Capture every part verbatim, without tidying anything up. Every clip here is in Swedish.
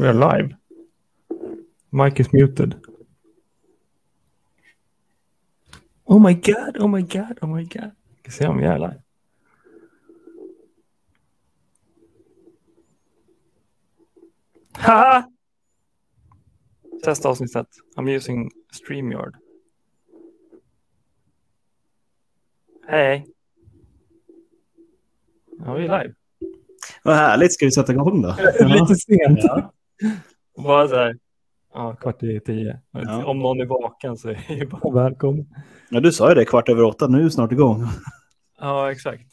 We're live. Mike is muted. Oh my god, oh my god, oh my god. Jag ska se om jag är live. Haha! Testa avsnittet. I'm using StreamYard. Hej. Ja, vi är live. Vad härligt, ska vi sätta igång då? Lite sent. Ja. Bara så här. Ja, kvart i tio. Ja. Om någon är vaken så är det bara välkommen. Ja, du sa ju det, kvart över åtta, nu är vi snart igång. Ja, exakt.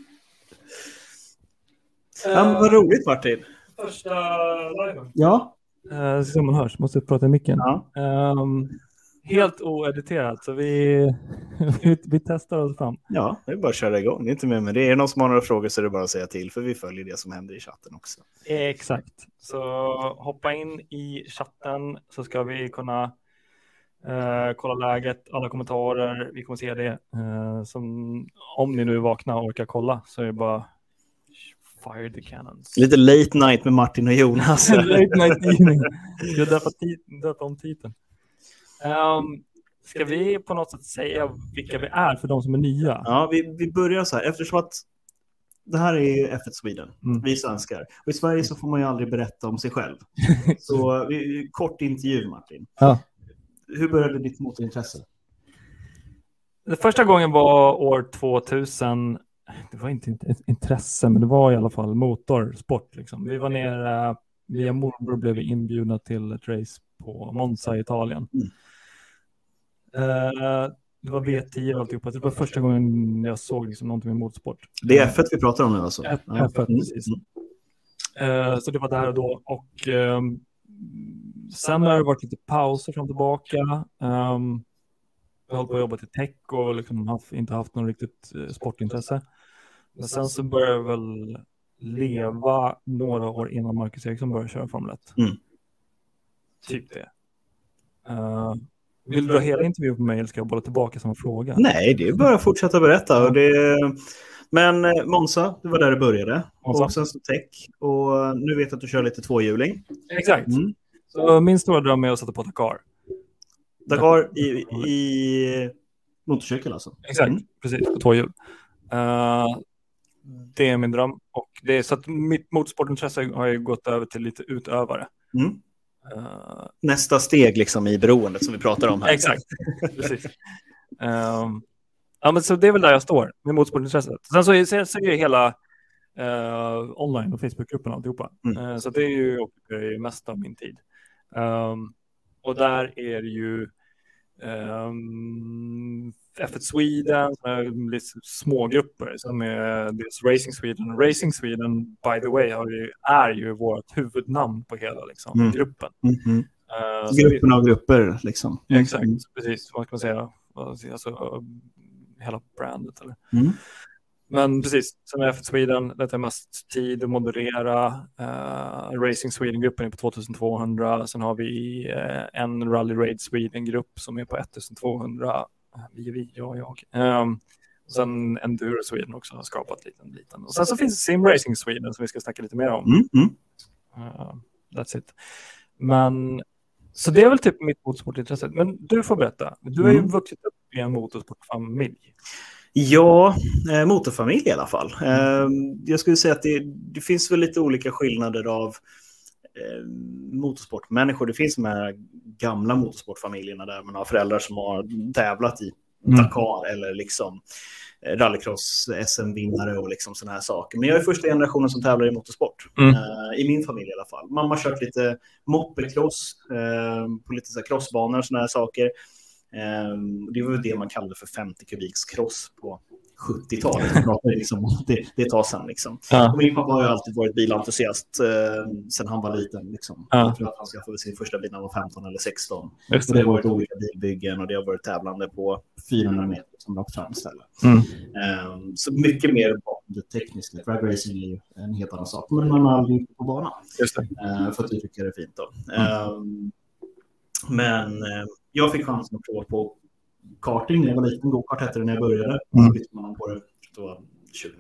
Ja, men vad roligt, Martin. Första live. Ja. Uh, så man hörs, måste prata i micken. Ja. Um, helt oediterat, så vi, vi, vi testar oss fram. Ja, det är bara att köra igång. Det är inte med men det är någon som har några frågor så är det bara att säga till, för vi följer det som händer i chatten också. Exakt. Så hoppa in i chatten så ska vi kunna uh, kolla läget, alla kommentarer, vi kommer se det. Uh, som, om ni nu är vakna och orkar kolla så är det bara fire the cannons. Lite late night med Martin och Jonas. Late night evening. Jag döpa, tit- döpa om titeln. Um, ska vi på något sätt säga vilka vi är för de som är nya? Ja, vi, vi börjar så här. Eftersom att det här är F ett Sweden. Mm. Vi svenskar. Och i Sverige så får man ju aldrig berätta om sig själv. Så vi, kort intervju, Martin. Ja. Hur började ditt motorintresse? Det första gången var år tvåtusen. Det var inte ett intresse, men det var i alla fall motorsport. Liksom. Vi var nere, via morbror blev vi inbjudna till ett race på Monza i Italien. Mm. Uh, det var V tio och alltihopa. Det var första gången jag såg liksom någonting med motorsport. Det är F ett vi pratar om nu alltså? F ett, ja. F ett, precis. Mm. Uh, så det var där och då. Och um, sen har det varit lite pauser fram och tillbaka. Um, jag har hållit på att jobba till tech och liksom haft, inte haft någon riktigt uh, sportintresse. Men sen så började jag väl leva några år innan Marcus Eriksson började köra Formel ett. Mm. Typ det. Uh, vill du dra hela intervjun på mig eller ska jag bolla tillbaka som en fråga? Nej, det är bara att fortsätta berätta. Och det... Men Monza, det var där det började. Monza. Och sen så tech. Och nu vet jag att du kör lite tvåhjuling. Exakt. Mm. Så min stora dröm är att sätta på Dakar. Dakar i, i motorcykel alltså? Exakt, mm. Precis. På tvåhjul. Uh, det är min dröm. Och det är så att mitt motorsportintresse har ju gått över till lite utövare. Mm. Uh, Nästa steg liksom i beroendet som vi pratar om här. Exakt, precis. Um, ja, men så det är väl där jag står med motorsportintresset. Sen så är, så, så är ju hela uh, online- och Facebookgruppen och alltihopa. Mm. Uh, så det är ju ockuperar mest av min tid. Um, och där är det ju um, F ett Sweden, lite små grupper som är dels Racing Sweden. Racing Sweden, by the way, har ju, är ju vårt huvudnamn på hela liksom, mm. gruppen. Mm-hmm. Uh, Gruppen av grupper, liksom. Mm. Exakt, precis. Vad kan man säga? Alltså, hela brandet, eller? Mm. Men precis, sen är F ett Sweden, det tar mest tid att moderera. Uh, Racing Sweden-gruppen är på tjugotvåhundra. Sen har vi uh, en Rally Raid Sweden-grupp som är på ettusentvåhundra. Vi, vi, jag, jag. Um, sen Enduro Sweden också har skapat lite. liten. Och sen så finns Sim Racing Sweden som vi ska snacka lite mer om. Mm, mm. Uh, that's it. Men, så det är väl typ mitt motorsportintresse. Men du får berätta. Du har ju mm. vuxit upp i en motorsportfamilj. Ja, eh, motorfamilj i alla fall. Eh, jag skulle säga att det, det finns väl lite olika skillnader av eh, motorsportmänniskor. Det finns de här gamla motorsportfamiljerna där man har föräldrar som har tävlat i mm. Dakar eller liksom eh, rallycross, S M-vinnare och liksom såna här saker. Men jag är första generationen som tävlar i motorsport. Mm. Eh, I min familj i alla fall. Mamma har kört lite moppecross eh, på lite så här crossbanor och såna här saker. Um, det var ju det man kallade för femtio kubiks cross på sjuttiotalet. liksom, det, det tar sen liksom. Ja. Och min pappa har ju alltid varit bilentusiast uh, sen han var liten liksom. Ja. För att han skaffade sin första bil när han var femton eller sexton. Det. Och det har varit olika bilbyggen och det har varit tävlande på fyrahundra meter som rakt fram ställe. Mm. Um, så mycket mer bakom det tekniska. Drag racing är ju en helt annan sak. Men man har aldrig på banan. Just det. Uh, för att vi tycker det är fint då. Mm. Um, men uh, jag fick chansen att prova på karting när jag var liten. Go-kart hette det när jag började. Mm. Så bytte man på det då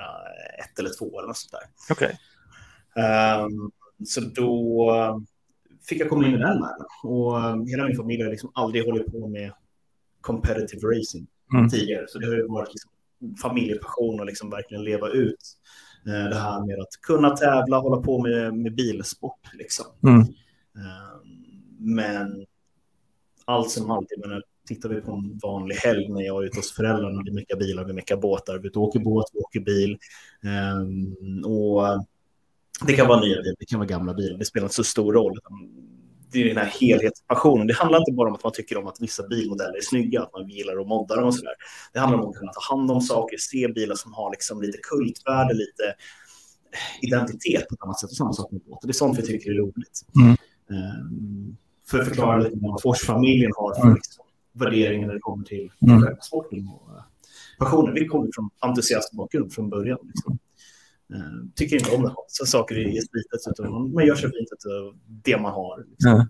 tjugohundraett eller två eller något sånt där. Okej. Okay. Um, så då fick jag komma in i den världen. Och um, hela min familj har liksom aldrig hållit på med competitive racing mm. tidigare. Så det har ju varit liksom familjepassion och liksom verkligen leva ut eh, det här med att kunna tävla, hålla på med, med bilsport liksom. Mm. Eh, men allt som alltid, men tittar vi på en vanlig helg när jag är ute hos föräldrarna, vi mycket bilar, vi mycket båtar, vi åker båt, vi åker bil. Um, och det kan vara nya bilar, det kan vara gamla bilar, det spelar inte så stor roll. Det är den här helhetspassionen. Det handlar inte bara om att man tycker om att vissa bilmodeller är snygga, att man gillar och moddar dem och sådär. Det handlar om att kunna ta hand om saker, se bilar som har liksom lite kultvärde, lite identitet på ett annat sätt, och samma sak med båt. Det är sånt vi tycker är roligt. Mm. Um, för att förklara lite vad Fors-familjen har för liksom, värderingar när det kommer till mm. sporten och uh, passionen. Vi kommer från entusiastbakgrund från början. Liksom. Uh, tycker inte om det. Så saker är slitet, utan man, man gör så fint att det man har. Liksom. Mm.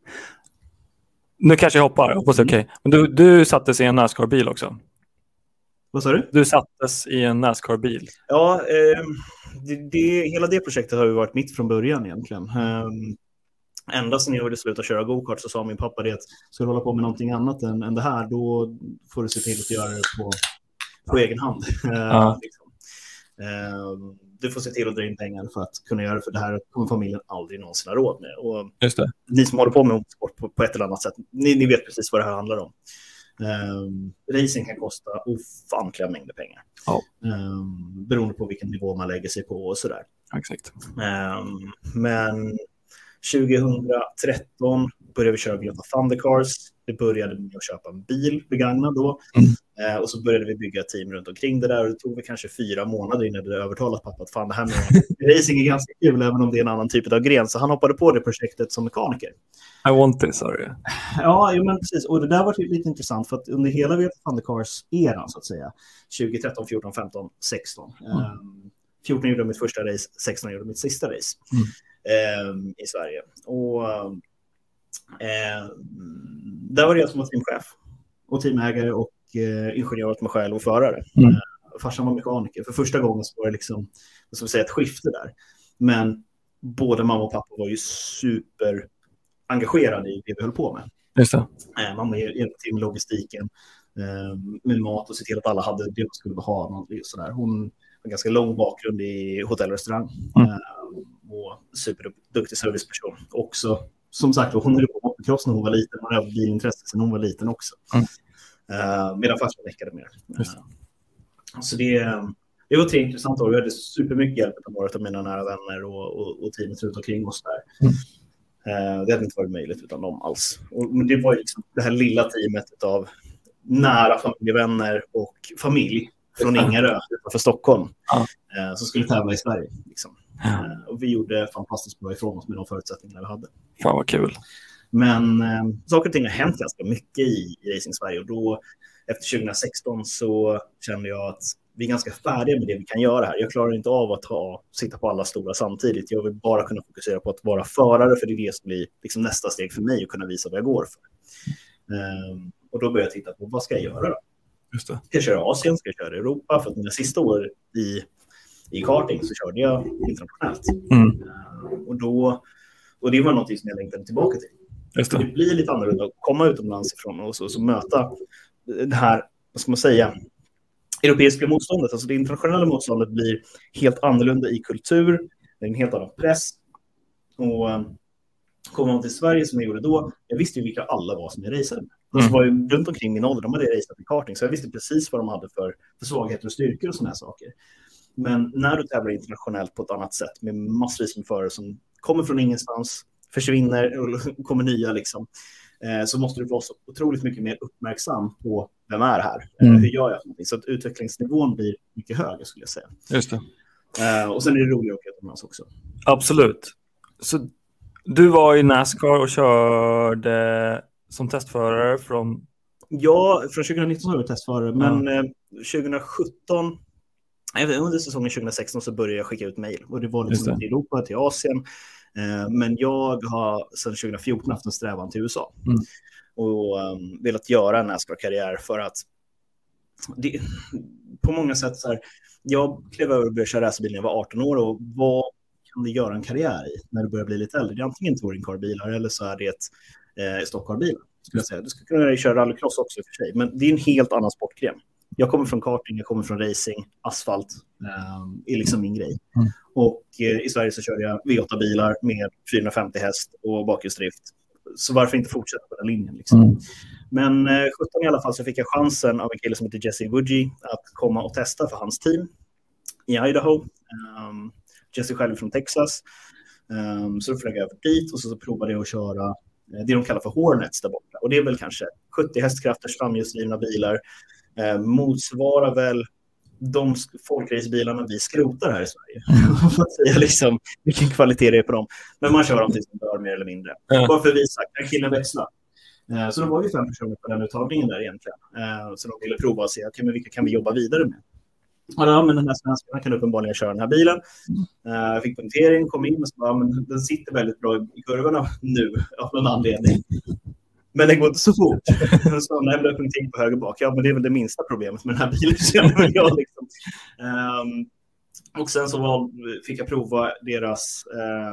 Nu kanske jag hoppar, jag hoppas mm. okej. Okay. Men du, du sattes i en NASCAR-bil också. Vad sa du? Du sattes i en NASCAR-bil. Ja, eh, det, det, hela det projektet har ju varit mitt från början egentligen. Um, Ända sedan jag gjorde slut att köra go-kart så sa min pappa det att ska du hålla på med någonting annat än, än det här, då får du se till att göra det på, på egen hand. Ja. liksom. uh, du får se till att dra in pengar för att kunna göra det, för det här kommer familjen aldrig någonsin ha råd med. Och just det. Ni som håller på med sport på, på ett eller annat sätt, ni, ni vet precis vad det här handlar om. Uh, racing kan kosta ofantliga mängder pengar. Ja. Uh, beroende på vilken nivå man lägger sig på och sådär. Exakt. Uh, men tjugohundratretton började vi köra Glömma Thundercars. Det började med att köpa en bil begagnad då. Mm. Eh, och så började vi bygga ett team runt omkring det där. Och det tog vi kanske fyra månader innan det övertalat pappa att fan, det här med racing är ganska kul även om det är en annan typ av gren. Så han hoppade på det projektet som mekaniker. I want this, sorry. Ja, jo, men precis. Och det där var lite intressant för att under hela Thundercars-eran så att säga, tjugohundratretton, fjorton, femton, sexton. Mm. Eh, fjorton gjorde mitt första race, sexton gjorde mitt sista race. Mm. I Sverige. Och eh, där var det jag som var teamchef och teamägare och eh, ingenjör åt mig själv och förare. Mm. Eh, farsan var mekaniker. För första gången så var det liksom, vad ska vi säga, ett skifte där. Men både mamma och pappa var ju super engagerade i det vi höll på med. Just det. Eh, mamma hjälpte till med logistiken, eh, med mat och se till att alla hade det de skulle ha. Och sådär. Hon har en ganska lång bakgrund i hotell och restaurang. Mm. Eh, och superduktig serviceperson. Också, som sagt, hon höll på motocross när hon var liten. Hon hade bilintresse sen hon var liten också. Mm. Uh, medan farsan läckade mer. Uh, så det, det var tre intressant år. Vi hade supermycket hjälp av några av mina nära vänner och, och, och teamet runt omkring oss där. Mm. Uh, det hade inte varit möjligt utan dem alls. Och, men det var liksom det här lilla teamet av nära familjevänner och familj från Ingarö utanför Stockholm. Mm. Uh, som skulle tävla i Sverige. Liksom. Ja. Och vi gjorde fantastiskt bra ifrån oss med de förutsättningarna vi hade. Fan vad kul. Men eh, saker och ting har hänt ganska mycket i, i Racing Sverige. Och då, efter tjugohundrasexton så kände jag att vi är ganska färdiga med det vi kan göra här. Jag klarar inte av att ha, sitta på alla stora samtidigt. Jag vill bara kunna fokusera på att vara förare, för det är det som blir liksom nästa steg för mig, att kunna visa vad jag går för. Um, och då började jag titta på vad ska jag göra då? Just det. Ska jag köra Asien? Ska jag köra Europa? För att mina sista år i I karting så körde jag internationellt. Mm. Uh, och, då, och det var något som jag längtade tillbaka till. Just det. Det blir lite annorlunda att komma utomlands ifrån och så, så möta det här, vad ska man säga, europeiska motståndet. Alltså det internationella motståndet blir helt annorlunda i kultur. Det är en helt annan press. Och uh, kommer man till Sverige som jag gjorde då, jag visste ju vilka alla var som jag raceade med. De som var ju runt omkring min ålder, de hade raceat i karting. Så jag visste precis vad de hade för, för svagheter och styrkor och såna här saker. Men när du tävlar internationellt på ett annat sätt med massvis med förare som kommer från ingenstans, försvinner och kommer nya liksom, eh, så måste du vara så otroligt mycket mer uppmärksam på vem är här. Mm. Eh, hur gör jag för någonting? Så att utvecklingsnivån blir mycket högre skulle jag säga. Just det. Eh, och sen är det roligt att åka utomlands också. Absolut. Så du var i NASCAR och körde som testförare från... Ja, från tjugohundranitton var jag testförare, mm. men eh, tjugohundrasjutton under säsongen tjugohundrasexton så började jag skicka ut mejl. Och det var liksom till Europa, till Asien. Eh, men jag har sedan tjugohundrafjorton haft en strävan till U S A. Mm. Och um, velat göra en NASCAR-karriär för att det, på många sätt så här, jag klev över och började köra racerbil när jag var arton år och var kan du göra en karriär i när du börjar bli lite äldre. Det är antingen touringcarbilar eller så är det ett eh, stockcarbilar. Skulle jag säga. Du skulle kunna köra rallycross också i och för sig, men det är en helt annan sportgren. Jag kommer från karting, jag kommer från racing, asfalt eh, är liksom min grej. Mm. Och eh, i Sverige så kör jag V åtta-bilar med fyrahundrafemtio häst och bakhjulsdrift. Så varför inte fortsätta på den linjen liksom. Mm. Men eh, sjutton i alla fall så fick jag chansen av en kille som heter Jesse Woodgie att komma och testa för hans team i Idaho. Um, Jesse själv från Texas. Um, så då flög jag över dit och så, så provade jag att köra eh, det de kallar för Hornets där borta. Och det är väl kanske sjuttio hästkrafters framhjulsdrivna bilar. Eh, motsvarar väl de folkracebilarna vi skrotar här i Sverige. För att säga liksom vilken kvalitet det är på dem. Men man kör dem tills de dör mer eller mindre. Ja. Bara för att visa, kan killen växla? Eh, så då var vi fem personer på den uttagningen där egentligen. Eh, så de ville prova och se, okay, men vilka kan vi jobba vidare med? Ja, men den här svenskan kan uppenbarligen köra den här bilen. Jag uh, fick punktering, kom in och så bara, men den sitter väldigt bra i kurvorna nu av någon anledning. Men det går inte så fort. Så nämnde jag punktering på höger bak. Ja, men det är väl det minsta problemet med den här bilen. Känner jag, liksom. um, och sen så var, fick jag prova deras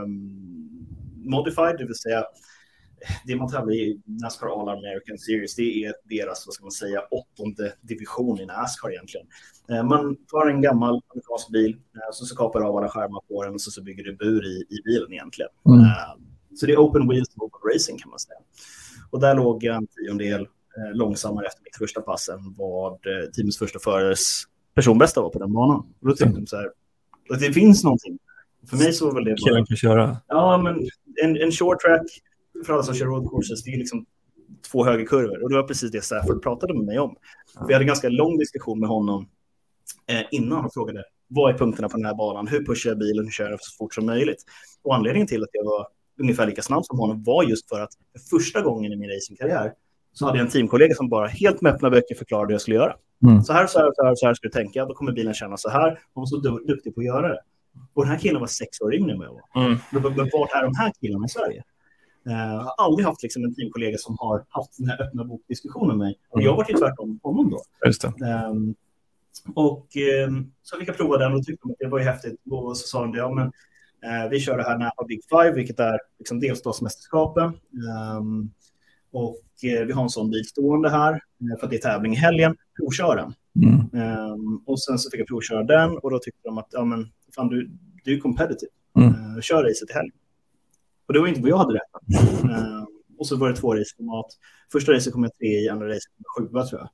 um, Modified, det vill säga det man tävlar i NASCAR All American Series, det är deras, vad ska man säga, åttonde division i NASCAR egentligen. Man tar en gammal amerikansk bil, så, så kapar av alla skärmar på den och så, så bygger du bur i, i bilen egentligen. Mm. Så det är open wheels open racing kan man säga. Och där låg jag en tiondel långsammare efter mitt första pass än vad teamets första förares personbästa var på den banan. Och då tänkte de så här, att det finns någonting. För mig så var väl det bara... Killen kan köra. Ja, men en, en short track för alla som kör road courses, det är liksom två högerkurvor. Och det var precis det Stafford pratade med mig om. Ja. Vi hade en ganska lång diskussion med honom eh, innan han frågade vad är punkterna på den här banan? Hur pushar jag bilen? Hur kör jag så fort som möjligt? Och anledningen till att jag var ungefär lika snabb som honom var just för att för första gången i min racingkarriär så hade jag en teamkollega som bara helt med öppna böcker förklarade hur jag skulle göra. Mm. Så här, så här, så här, så här skulle du tänka. Då kommer bilen känna så här. Han var så du- duktig på att göra det. Och den här killen var sex år yngre än vad jag var. Mm. Men vart är de här killarna i Sverige? Jag uh, har aldrig haft liksom, en teamkollega som har haft den här öppna bokdiskussionen med mig. Och jag var till tvärtom honom då. Just det. Um, och um, så fick jag prova den och tyckte att det var ju häftigt. Och så sa de, ja men uh, vi kör det här Napa Big Five, vilket är liksom delstatsmästerskapen. Um, och uh, vi har en sån bil stående här uh, för att det är tävling i helgen. Provkör den. Mm. Um, och sen så fick jag provköra den och då tyckte de att ja men fan du, du är competitive. Mm. Uh, kör racet i helgen. Och det var inte vad jag hade räknat. Uh, och så var det två raceformat. Första racet kom jag tre i, andra racet kom jag sjua tror jag.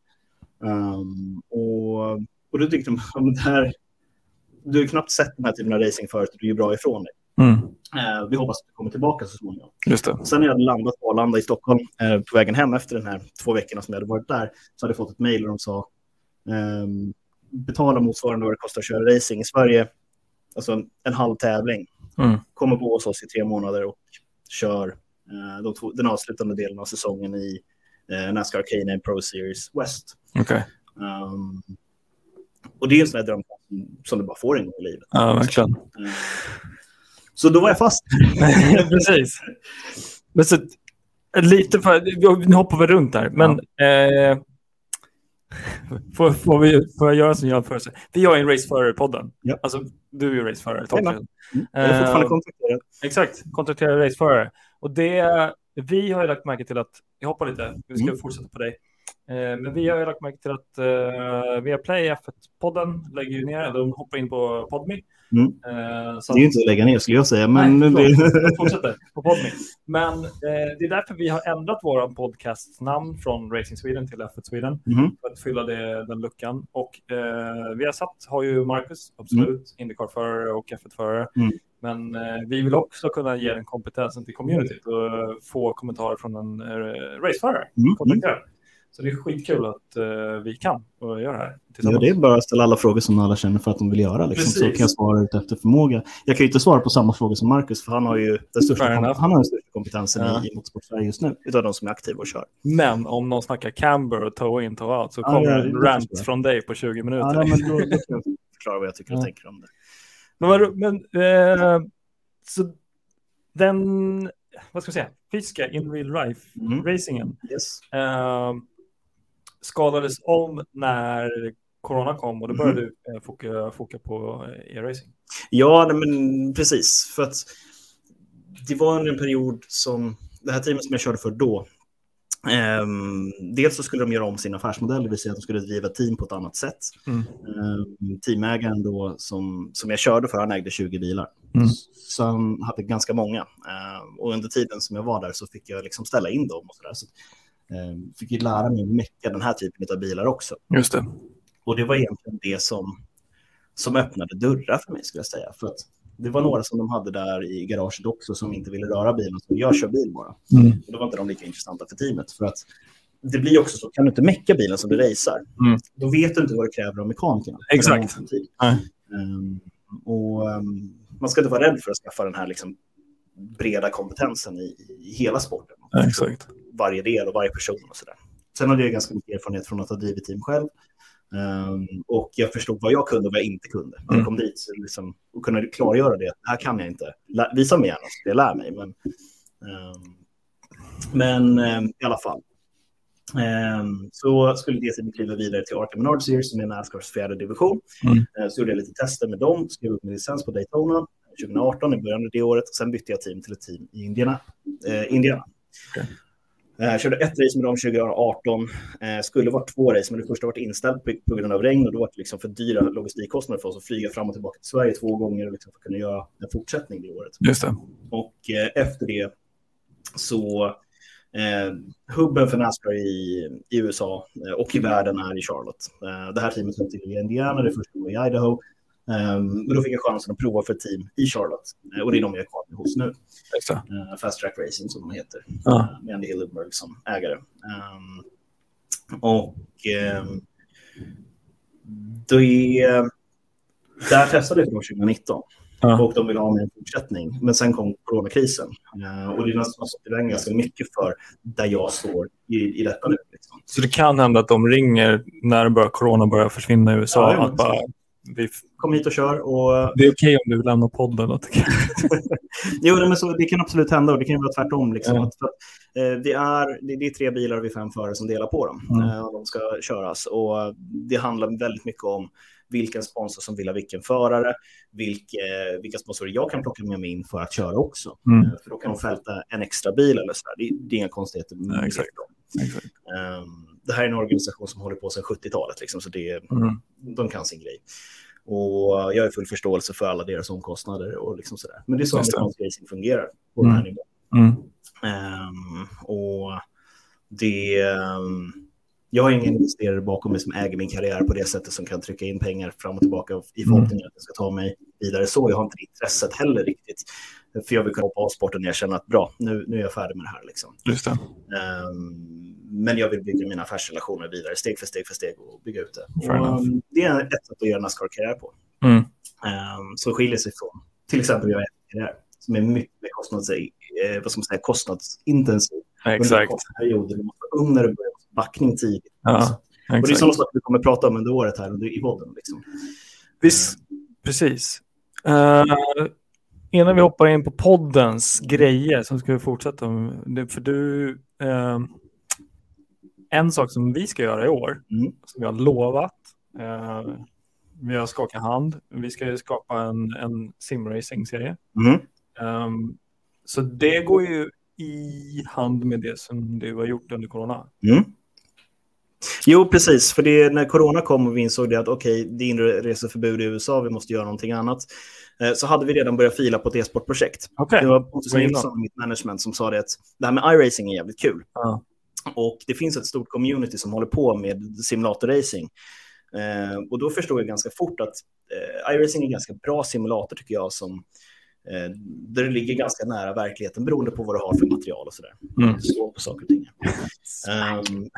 Um, och, och då tyckte de att det här, du har knappt sett den här typen av racing förut och du är bra ifrån dig. Mm. Uh, vi hoppas att du kommer tillbaka så småningom. Just det. Sen när jag hade landat på Arlanda i Stockholm uh, på vägen hem efter den här två veckorna som jag hade varit där så hade jag fått ett mejl och de sa um, betala motsvarande vad det kostar att köra racing i Sverige. Alltså en, en halv tävling. Mm. Kommer på hos oss i tre månader och kör uh, de två, den avslutande delen av säsongen i uh, NASCAR K-nine Pro Series West. Okay. Um, och det är en sån här dröm som du bara får en gång i livet. Ja, verkligen. Uh, så då var jag fast. Precis. Men så, lite för, nu hoppar vi runt där. Men ja. eh, får, får, vi, får jag göra som jag för sig? Vi har en raceförare i podden. Ja. Alltså, du är ju raceförare. Mm. Jag är fortfarande kontrakterad. Exakt, kontrakterad raceförare. Och det, vi har ju lagt märke till att, jag hoppar lite, vi ska mm. fortsätta på dig. Eh, men vi har ju lagt märke till att eh, Viaplay F ett-podden lägger ju ner, de hoppar in på Podme. Mm. Eh, så det är ju inte att lägga ner skulle jag säga. Men nej, det fortsätter på Podme. Men eh, det är därför vi har ändrat vår podcasts namn från Racing Sweden till F ett Sweden. Mm. För att fylla det, den luckan. Och eh, vi har satt, har ju Marcus, absolut, mm. Indycar-förare och F ett-förare. Mm. Men eh, vi vill också kunna ge den kompetensen till communityt och få kommentarer från en eh, raceförare. Mm. Så det är skitkul att uh, vi kan och göra det här tillsammans. Ja, det är bara att ställa alla frågor som alla känner för att de vill göra. Liksom. Så kan jag svara ut efter förmåga. Jag kan ju inte svara på samma frågor som Marcus, för han har ju den största, kom- han har den största kompetensen ja. i, i motorsport just nu, utav de som är aktiva och kör. Men om någon snackar camber och toe in, toe out så ja, kommer ja, en rant från dig på tjugo minuter. Ja, men då, då kan jag förklara vad jag tycker och ja. tänker om det. Men, men eh, så den, vad ska jag säga, fysiska in real life mm. racingen. Yes. Eh, skadades om när corona kom och då började mm. du foka, foka på e-racing. Ja, men precis. För att det var en period som, det här teamet som jag körde för då, Um, dels så skulle de göra om sin affärsmodell, det vill säga att de skulle driva team på ett annat sätt. Mm. Um, teamägaren då som, som jag körde för, han ägde tjugo bilar. Mm. Så han hade ganska många. Uh, och under tiden som jag var där så fick jag liksom ställa in dem och sådär. Så um, fick jag lära mig mecka den här typen av bilar också. Just det. Och det var egentligen det som, som öppnade dörrar för mig, skulle jag säga. För att det var några som de hade där i garaget också som inte ville röra bilen. Så jag kör bil bara. Mm. Och då var inte de lika intressanta för teamet. För att det blir också så, kan du inte mecka bilen som du racear, mm. då vet du inte vad det kräver av mekanikerna. Exakt. Um, och um, man ska inte vara rädd för att skaffa den här liksom breda kompetensen i, i hela sporten. Ja, exakt. Varje del och varje person och sådär. Sen hade jag ganska mycket erfarenhet från att ha drivit team själv. Um, och jag förstod vad jag kunde och vad jag inte kunde. Mm. Jag kom dit så liksom, och kunde klargöra det. Det här kan jag inte. Lä- visa mig gärna så jag lär mig. Men, um, men um, i alla fall. Um, så skulle det sedan kliva vidare till Arca Menard Series som är NASCARs fjärde division. Mm. Uh, så gjorde jag lite tester med dem. Skrev upp min licens på Daytona tjugo arton i början av det året. Och sen bytte jag team till ett team i Indiana. Uh, Indiana. Okay. Jag uh, körde ett race med dem tjugo arton. Uh, skulle vara två race, men det första var inställt på, på grund av regn. Och då var det liksom för dyra logistikkostnader för oss att flyga fram och tillbaka till Sverige två gånger och liksom för att kunna göra en fortsättning det året. Just det. Och uh, efter det så uh, hubben för NASCAR i, i U S A uh, och i världen är i Charlotte. Uh, det här teamet kom till i Indiana, det första var i Idaho. Um, och då fick jag chansen att prova för ett team i Charlotte. Uh, och det är de jag är kvar med hos nu. Uh, Fast Track Racing som de heter. Ja. Uh, med Andy Hillberg som ägare. Um, och um, det, där testade jag för tjugo nitton. Ja. Och de ville ha med en fortsättning. Men sen kom coronakrisen. Uh, och det är nästan så det är ganska mycket för där jag står i, i detta nu. Liksom. Så det kan hända att de ringer när börjar, corona börjar försvinna i U S A? Ja, att bara... Vi... Kom hit och kör. Och... Det är okej om du vill lämna podden. Jo, men så, det kan absolut hända och det kan ju vara tvärtom. Liksom, mm. att, för att, eh, det, är, det, det är tre bilar och vi fem förare som delar på dem. Mm. Eh, och de ska köras. Och det handlar väldigt mycket om vilken sponsor som vill ha vilken förare. Vilka, vilka sponsorer jag kan plocka med mig in för att köra också. Mm. Eh, för då kan de fälta en extra bil eller så där. Det, det är inga konstigheter. Ja, exakt. Exakt. Um, det här är en organisation som håller på sedan sjuttiotalet. Liksom, så det, mm. de kan sin grej. Och jag har full förståelse för alla deras omkostnader och liksom sådär. Men det är så amerikansk racing fungerar på mm. den här nivån. Mm. Um, och det... Um, jag har ingen investerare bakom mig som äger min karriär på det sättet som kan trycka in pengar fram och tillbaka i förhoppningen mm. att jag ska ta mig vidare så. Jag har inte det intresset heller riktigt. För jag vill kunna hoppa av sporten när jag känner att bra, nu, nu är jag färdig med det här. Liksom. Just det. Um, men jag vill bygga mina affärsrelationer vidare steg för steg för steg och bygga ut det. Och, um, det är ett sätt att göra NASCAR-karriär på. Mm. Um, så skiljer sig från till exempel jag karriär som är mycket kostnads, eh, vad ska man säga, kostnadsintensiv. Ja, exakt. Perioder, du måste unga när du börjar backning tidigt. Ja, och det är sådana saker vi kommer att prata om under året här i podden. Liksom. Visst, uh, precis. Uh, innan vi hoppar in på poddens grejer så ska vi fortsätta. Det, för du, uh, en sak som vi ska göra i år, mm. som vi har lovat, uh, vi har skakat hand. Vi ska skapa en, en simracing-serie. Mm. Um, så det går ju i hand med det som du har gjort under corona. Mm. Jo, precis. För det, när corona kom och vi insåg det att okej, okay, det är inreseförbud i U S A, vi måste göra någonting annat. Eh, så hade vi redan börjat fila på ett e-sportprojekt. Okay. Det var Pontus Nilsson, mitt management, som sa det att det här med iRacing är jävligt kul. Uh. Och det finns ett stort community som håller på med simulatorracing. Eh, och då förstod jag ganska fort att eh, iRacing är en ganska bra simulator tycker jag som eh, där det ligger ganska nära verkligheten beroende på vad du har för material och sådär. Mm. Så på saker och ting. um,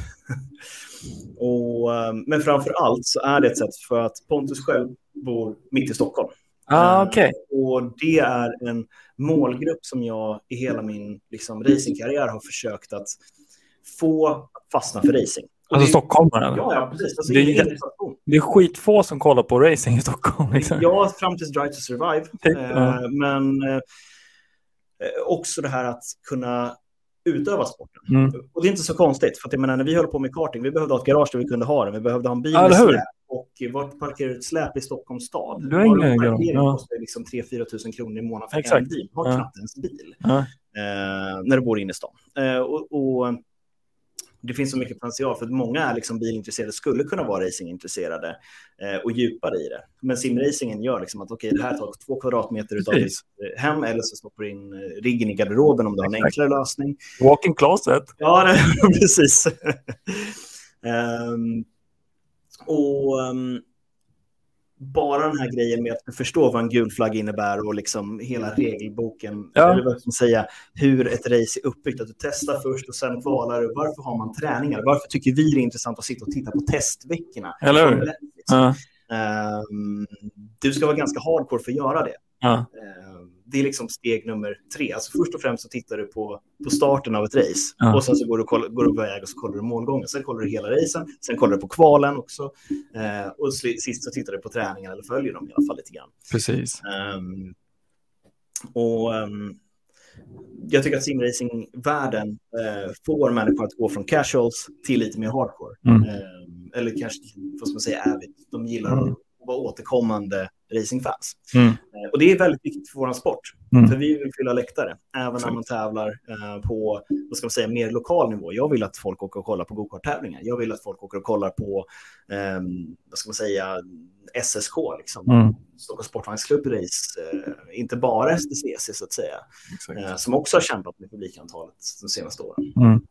och, um, men framför allt så är det ett sätt för att Pontus själv bor mitt i Stockholm. Ah, okay. uh, och det är en målgrupp som jag i hela min liksom, racingkarriär har försökt att få fastna för racing. Alltså det, stockholmare? Ja, ja, precis. Alltså, det, är, det är skitfå som kollar på racing i Stockholm. Liksom. Ja, fram till Drive to Survive. Typ, eh, ja. Men eh, också det här att kunna utöva sporten. Mm. Och det är inte så konstigt. För att jag menar, när vi höll på med karting, vi behövde ha ett garage där vi kunde ha den. Vi behövde ha en bil ja, med släp och vart parkerar ett släp i Stockholms stad? Du har ingen parkering ja. kostar liksom tre till fyra tusen kronor i månaden för Exakt. en bil. Har ja. knappt ens bil Ja. eh, när du bor inne i stan. Eh, och, och det finns så mycket potential för att många är liksom bilintresserade, skulle kunna vara racingintresserade eh, och djupare i det. Men simracingen gör liksom att okej, okay, det här tar två kvadratmeter utav ditt hem, eller så stoppar du in riggen i garderoben om du har en enklare lösning. Walk-in closet. Ja, det, precis. um, och um, bara den här grejen med att förstå vad en gul flagg innebär och liksom hela regelboken, ja. eller vad ska man säga, hur ett race är uppbyggt, att du testar först och sen kvalar. Varför har man träningar? Varför tycker vi det är intressant att sitta och titta på testveckorna? Eller hur? Liksom. Ja. Um, du ska vara ganska hardcore för att göra det. Ja. Um, det är liksom steg nummer tre. Alltså först och främst så tittar du på, på starten av ett race. Ja. Och sen så går du, koll, går du på väg och så kollar du målgången. Sen kollar du hela racen. Sen kollar du på kvalen också. Uh, och sist så tittar du på träningen eller följer dem i alla fall lite grann. Precis. Um, och um, jag tycker att simracing-världen uh, får människor att gå från casuals till lite mer hardcore. Mm. Um, eller kanske, vad ska man säga, avid. De gillar Mm. att vara återkommande racingfans. Mm. Uh, och det är väldigt viktigt för vår sport. Mm. För vi vill fylla läktare. Även när man tävlar uh, på, vad ska man säga, mer lokal nivå. Jag vill att folk åker och kollar på go-kart-tävlingar. Jag vill att folk åker och kollar på, um, vad ska man säga, S S K, liksom. Mm. Stockholms Sportvagnsklubbrace, uh, inte bara S T C C så att säga. Uh, som också har kämpat med publikantalet de senaste åren. Mm.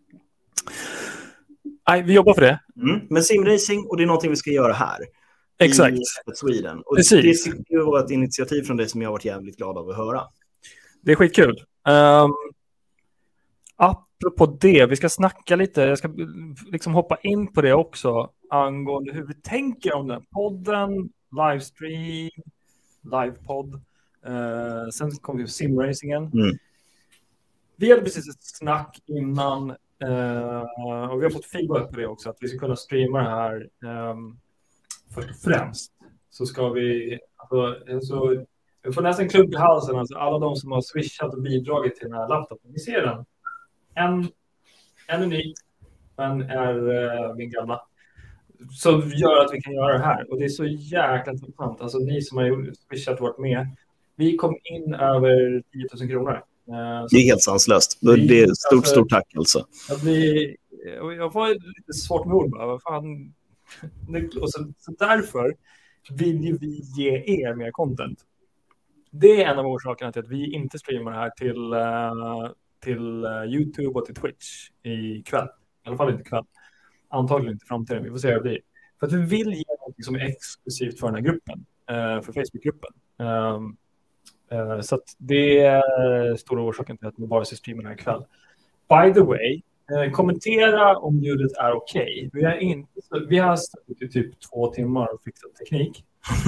Nej, vi jobbar för det. Mm. Men simracing, och det är någonting vi ska göra här. Exakt. I Sweden. Och Precis. det var ett initiativ från dig som jag har varit jävligt glad av att höra. Det är skitkul. Um, apropå det, vi ska snacka lite, jag ska liksom hoppa in på det också angående hur vi tänker om den podden, livestream, livepodd. Uh, sen kommer vi på simracingen. Mm. Vi hade precis ett snack innan uh, och vi har fått feedback på det också, att vi ska kunna streama det här. Um, först och främst så ska vi alltså, så, vi får nästan en klump i halsen, alltså alla de som har swishat och bidragit till den här laptopen. Vi ser den. En, en unik, men är uh, min gamla. Så gör att vi kan göra det här. Och det är så jäkla intressant. Alltså ni som har swishat och varit med. Vi kom in över tio tusen kronor. Uh, det är helt sanslöst. Vi, det är stort, alltså, stort tack alltså. Jag, blir, jag får lite svårt med ord bara. Vad fan... Och så, så därför vill vi ge er mer content. Det är en av orsakerna till att vi inte streamar det här till, uh, till uh, YouTube och till Twitch i kväll. I alla fall inte kväll. Antagligen inte framtiden. Vi får se hur det blir. För att vi vill ge något som är exklusivt för den här gruppen. Uh, för Facebookgruppen. Um, uh, så att det är stora orsaken till att vi bara ska streama det här ikväll. By the way, Eh, kommentera om ljudet är okej. Okay. Vi har inte vi har stått i typ två timmar och fixat teknik.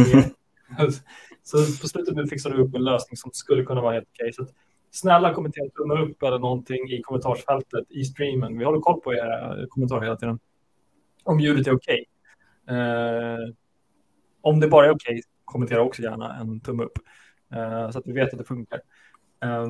Så på slutet fixade vi upp en lösning som skulle kunna vara helt okej. Okay. Så att, snälla kommentera, tumma upp eller någonting i kommentarsfältet i streamen. Vi håller koll på era kommentarer hela tiden. Om ljudet är okej. Okay. Eh, om det bara är okej, okay, kommentera också gärna en tumme upp. Eh, så att vi vet att det funkar. Eh,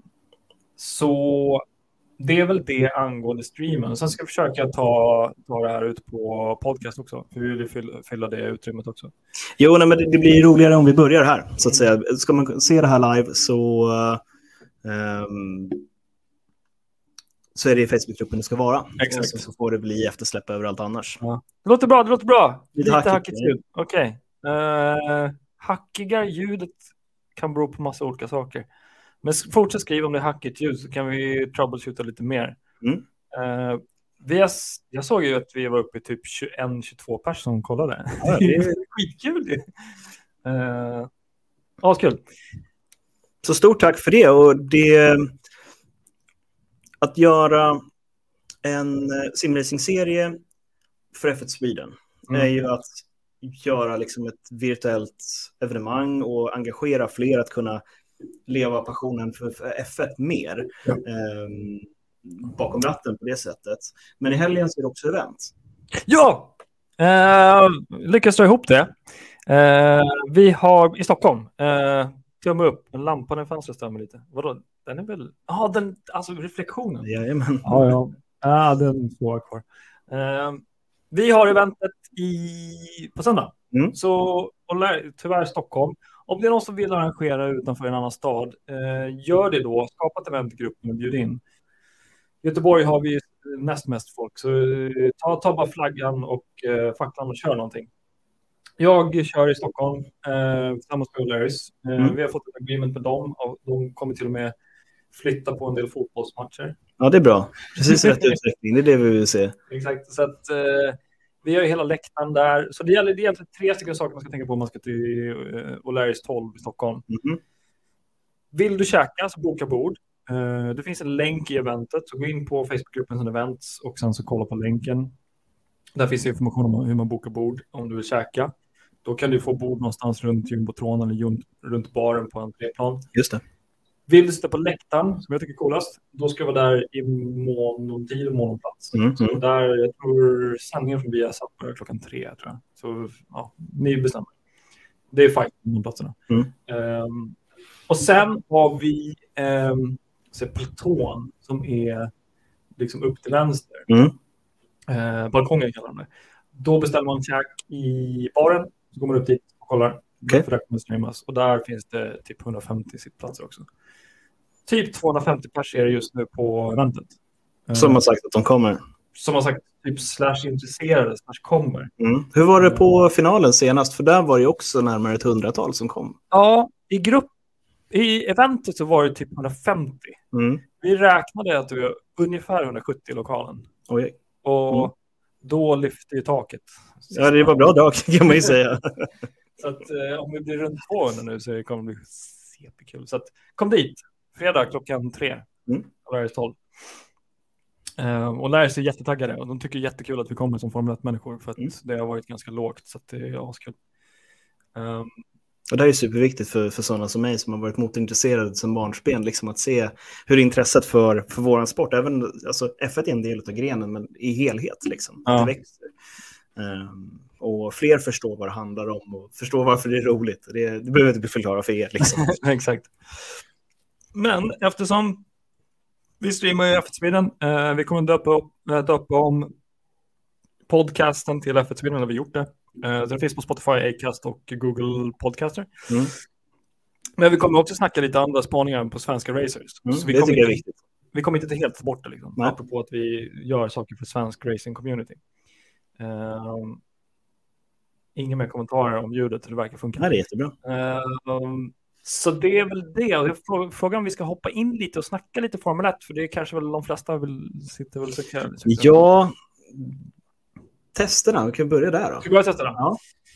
så det är väl det angående streamen. Sen ska jag försöka ta, ta det här ut på podcast också. För vi vill fylla, fylla det utrymmet också. Jo, nej, men det, det blir roligare om vi börjar här. Så att säga. Ska man se det här live så, um, så är det i Facebookgruppen det ska vara. Exakt. Så, så får det bli eftersläpp överallt annars. Ja. Det låter bra, det låter bra. Lite, Lite hackigt ljud. Okej. Okay. Uh, hackiga ljudet kan bero på massa olika saker. Men fortsätt skriva om det är hackigt ljud så kan vi troubleshoota lite mer. Mm. Uh, vi har, jag såg ju att vi var uppe i typ tjugoett till tjugotvå personer som kollade. Ja, det är skitkul. Uh, ja, kul. Så stort tack för det. Och det att göra en simracing-serie för F ett Sweden mm. är ju att göra liksom ett virtuellt evenemang och engagera fler att kunna leva passionen för F ett mer ja. eh, bakom ratten på det sättet. Men i helgen så är det också event. Ja! Eh, lyckas dra ihop det. Eh, vi har i Stockholm eh, tumme upp en lampa i fönstret stämmer lite. Vadå? Den är väl... Ja, den, alltså reflektionen. Jajamän. Ja, ja. Ja, den får kvar. Eh, Vi har eventet i, på söndag. Mm. Så och lär, tyvärr Stockholm. Om det är någon som vill arrangera utanför en annan stad, eh, gör det då. Skapa ett event i gruppen och bjud in. I Göteborg har vi näst mest folk. Så eh, ta, ta bara flaggan och eh, facklan och kör någonting. Jag kör i Stockholm eh, tillsammans med O'Larrys. Eh, Mm. Vi har fått ett agreement med dem. Och de kommer till och med flytta på en del fotbollsmatcher. Ja, det är bra. Precis rätt utveckling. Det är det vi vill se. Exakt. Så att eh, vi har ju hela läktaren där. Så det gäller det är egentligen tre stycken saker man ska tänka på om man ska till eh, O'Larrys tolv i Stockholm. Mm. Vill du käka så boka bord. Uh, det finns en länk i eventet. Så gå in på Facebookgruppen som events och sen så kolla på länken. Där finns information om hur man bokar bord om du vill käka. Då kan du få bord någonstans runt jumbotron eller runt, runt baren på entréplan. Just det. Vill du sitta på läktaren, som jag tycker är coolast, då ska jag vara där i mån om tid och mån om plats. Mm. Så där, jag tror sändningen från Viasat börjar klockan tre, tror jag. Så ja, ni bestämmer. Det är fight på platserna. Mm. Um, och sen har vi um, så platån som är liksom upp till vänster. Mm. Uh, balkongen kallar de det. Då beställer man käk i baren. Så går man upp dit och kollar. Okay. För där kommer streamas. Och där finns det typ hundrafemtio sittplatser också. Typ tvåhundrafemtio personer just nu på eventet. Som har sagt att de kommer. Som har sagt typ slash intresserade slash kommer. Mm. Hur var det på finalen senast? För där var det också närmare ett hundratal som kom. Ja, i grupp i eventet så var det typ hundrafemtio. Mm. Vi räknade att det var ungefär hundrasjuttio i lokalen. Oj. Och Mm. då lyfte ju taket. Ja, det var bra dag kan man ju säga. Så att eh, om vi blir runt tvåhundra nu så kommer det bli C P-kul. Så att kom dit. Fredag klockan tre. Mm. Och Larrys tolv. Uh, och Larrys är jättetaggade. Och de tycker det är jättekul att vi kommer som Formel ett-människor. För att mm. det har varit ganska lågt. Så att det är askul. Um, och det är superviktigt för, för sådana som mig som har varit motorintresserade som barnsben. Liksom att se hur intresset för, för våran sport. Även, alltså, F ett är en del av grenen men i helhet. Liksom, ja. Det växer. Um, och fler förstår vad det handlar om. Och förstår varför det är roligt. Det, det behöver inte bli förklara för er. Liksom. Exakt. Men eftersom vi streamar i F ett Sweden, eh, vi kommer döpa, upp, döpa om podcasten till F ett Sweden, när vi gjort det. Eh, den finns på Spotify, Acast och Google Podcaster. Mm. Men vi kommer också snacka lite andra spaningar på svenska racers. Mm, så vi det kommer tycker jag inte, är viktigt. Vi kommer inte helt bort det, liksom. Nej. Apropå att vi gör saker för svensk racing community. Eh, inga mer kommentarer om ljudet, det verkar funka. Nej, det är jättebra. Eh, Så det är väl det. Jag frågar om vi ska hoppa in lite och snacka lite Formel ett. För det är kanske väl de flesta vill sitta väl så kul. Ja, testerna. Vi kan börja där då. Ska vi börja testerna? Ja.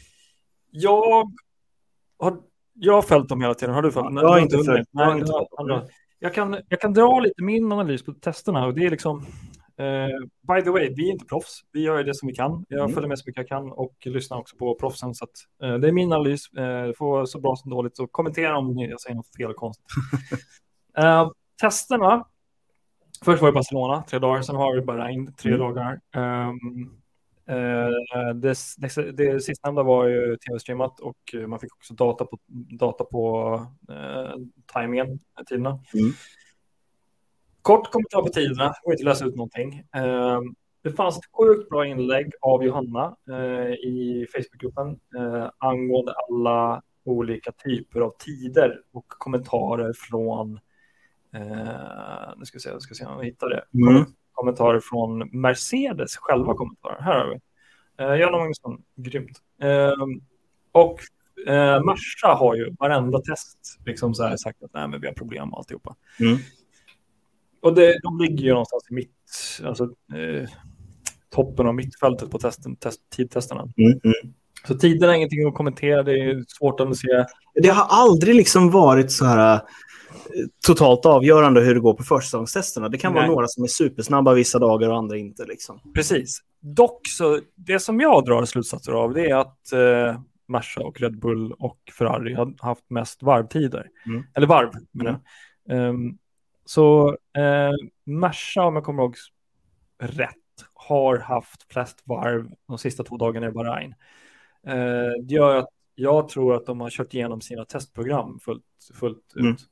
Jag har, jag har följt dem hela tiden. Har du följt dem? Jag har inte följt Nej, inte följt. Jag kan, jag kan dra lite min analys på testerna. Och det är liksom... Uh, by the way, vi är inte proffs. Vi gör det som vi kan. Jag Mm. följer med så mycket jag kan och lyssnar också på proffsen. Så att, uh, det är min analys. Uh, får vara så bra som dåligt. Så kommentera om jag säger något fel och konstigt. uh, testerna. Först var det Barcelona, tre dagar. Sen har vi Bahrain, tre mm. dagar. Um, uh, det, det, det sistnämnda var ju tv-streamat och man fick också data på, data på uh, timingen, tiderna. Mm. Kort kommentar på tiderna, jag går inte läsa ut någonting. Uh, det fanns ett sjukt bra inlägg av Johanna uh, i Facebookgruppen uh, angående alla olika typer av tider och kommentarer från uh, nu ska vi se, ska se om vi hittar det. Mm. Kommentarer från Mercedes själva kommentarer. Här har vi. Uh, Jan Magnusson, grymt. Uh, och uh, Merca har ju varenda test liksom så här sagt att nej, men vi har problem med alltihopa. Mm. Och det, de ligger ju någonstans i mitt, alltså eh, toppen av mittfältet på testen, test, tidtesterna. Mm, mm. Så tiden är ingenting att kommentera, det är svårt att se. Det har aldrig liksom varit så här totalt avgörande hur det går på försäsongstesterna. Det kan Nej. vara några som är supersnabba vissa dagar och andra inte. Liksom. Precis. Dock så, det som jag drar slutsatser av det är att eh, Merca och Red Bull och Ferrari har haft mest varvtider. Mm. Eller varv, menar jag. Um, Så eh, Merca, om jag kommer ihåg rätt, har haft flest varv de sista två dagarna i Bahrain. Eh, det gör att jag tror att de har kört igenom sina testprogram fullt, fullt ut. Mm.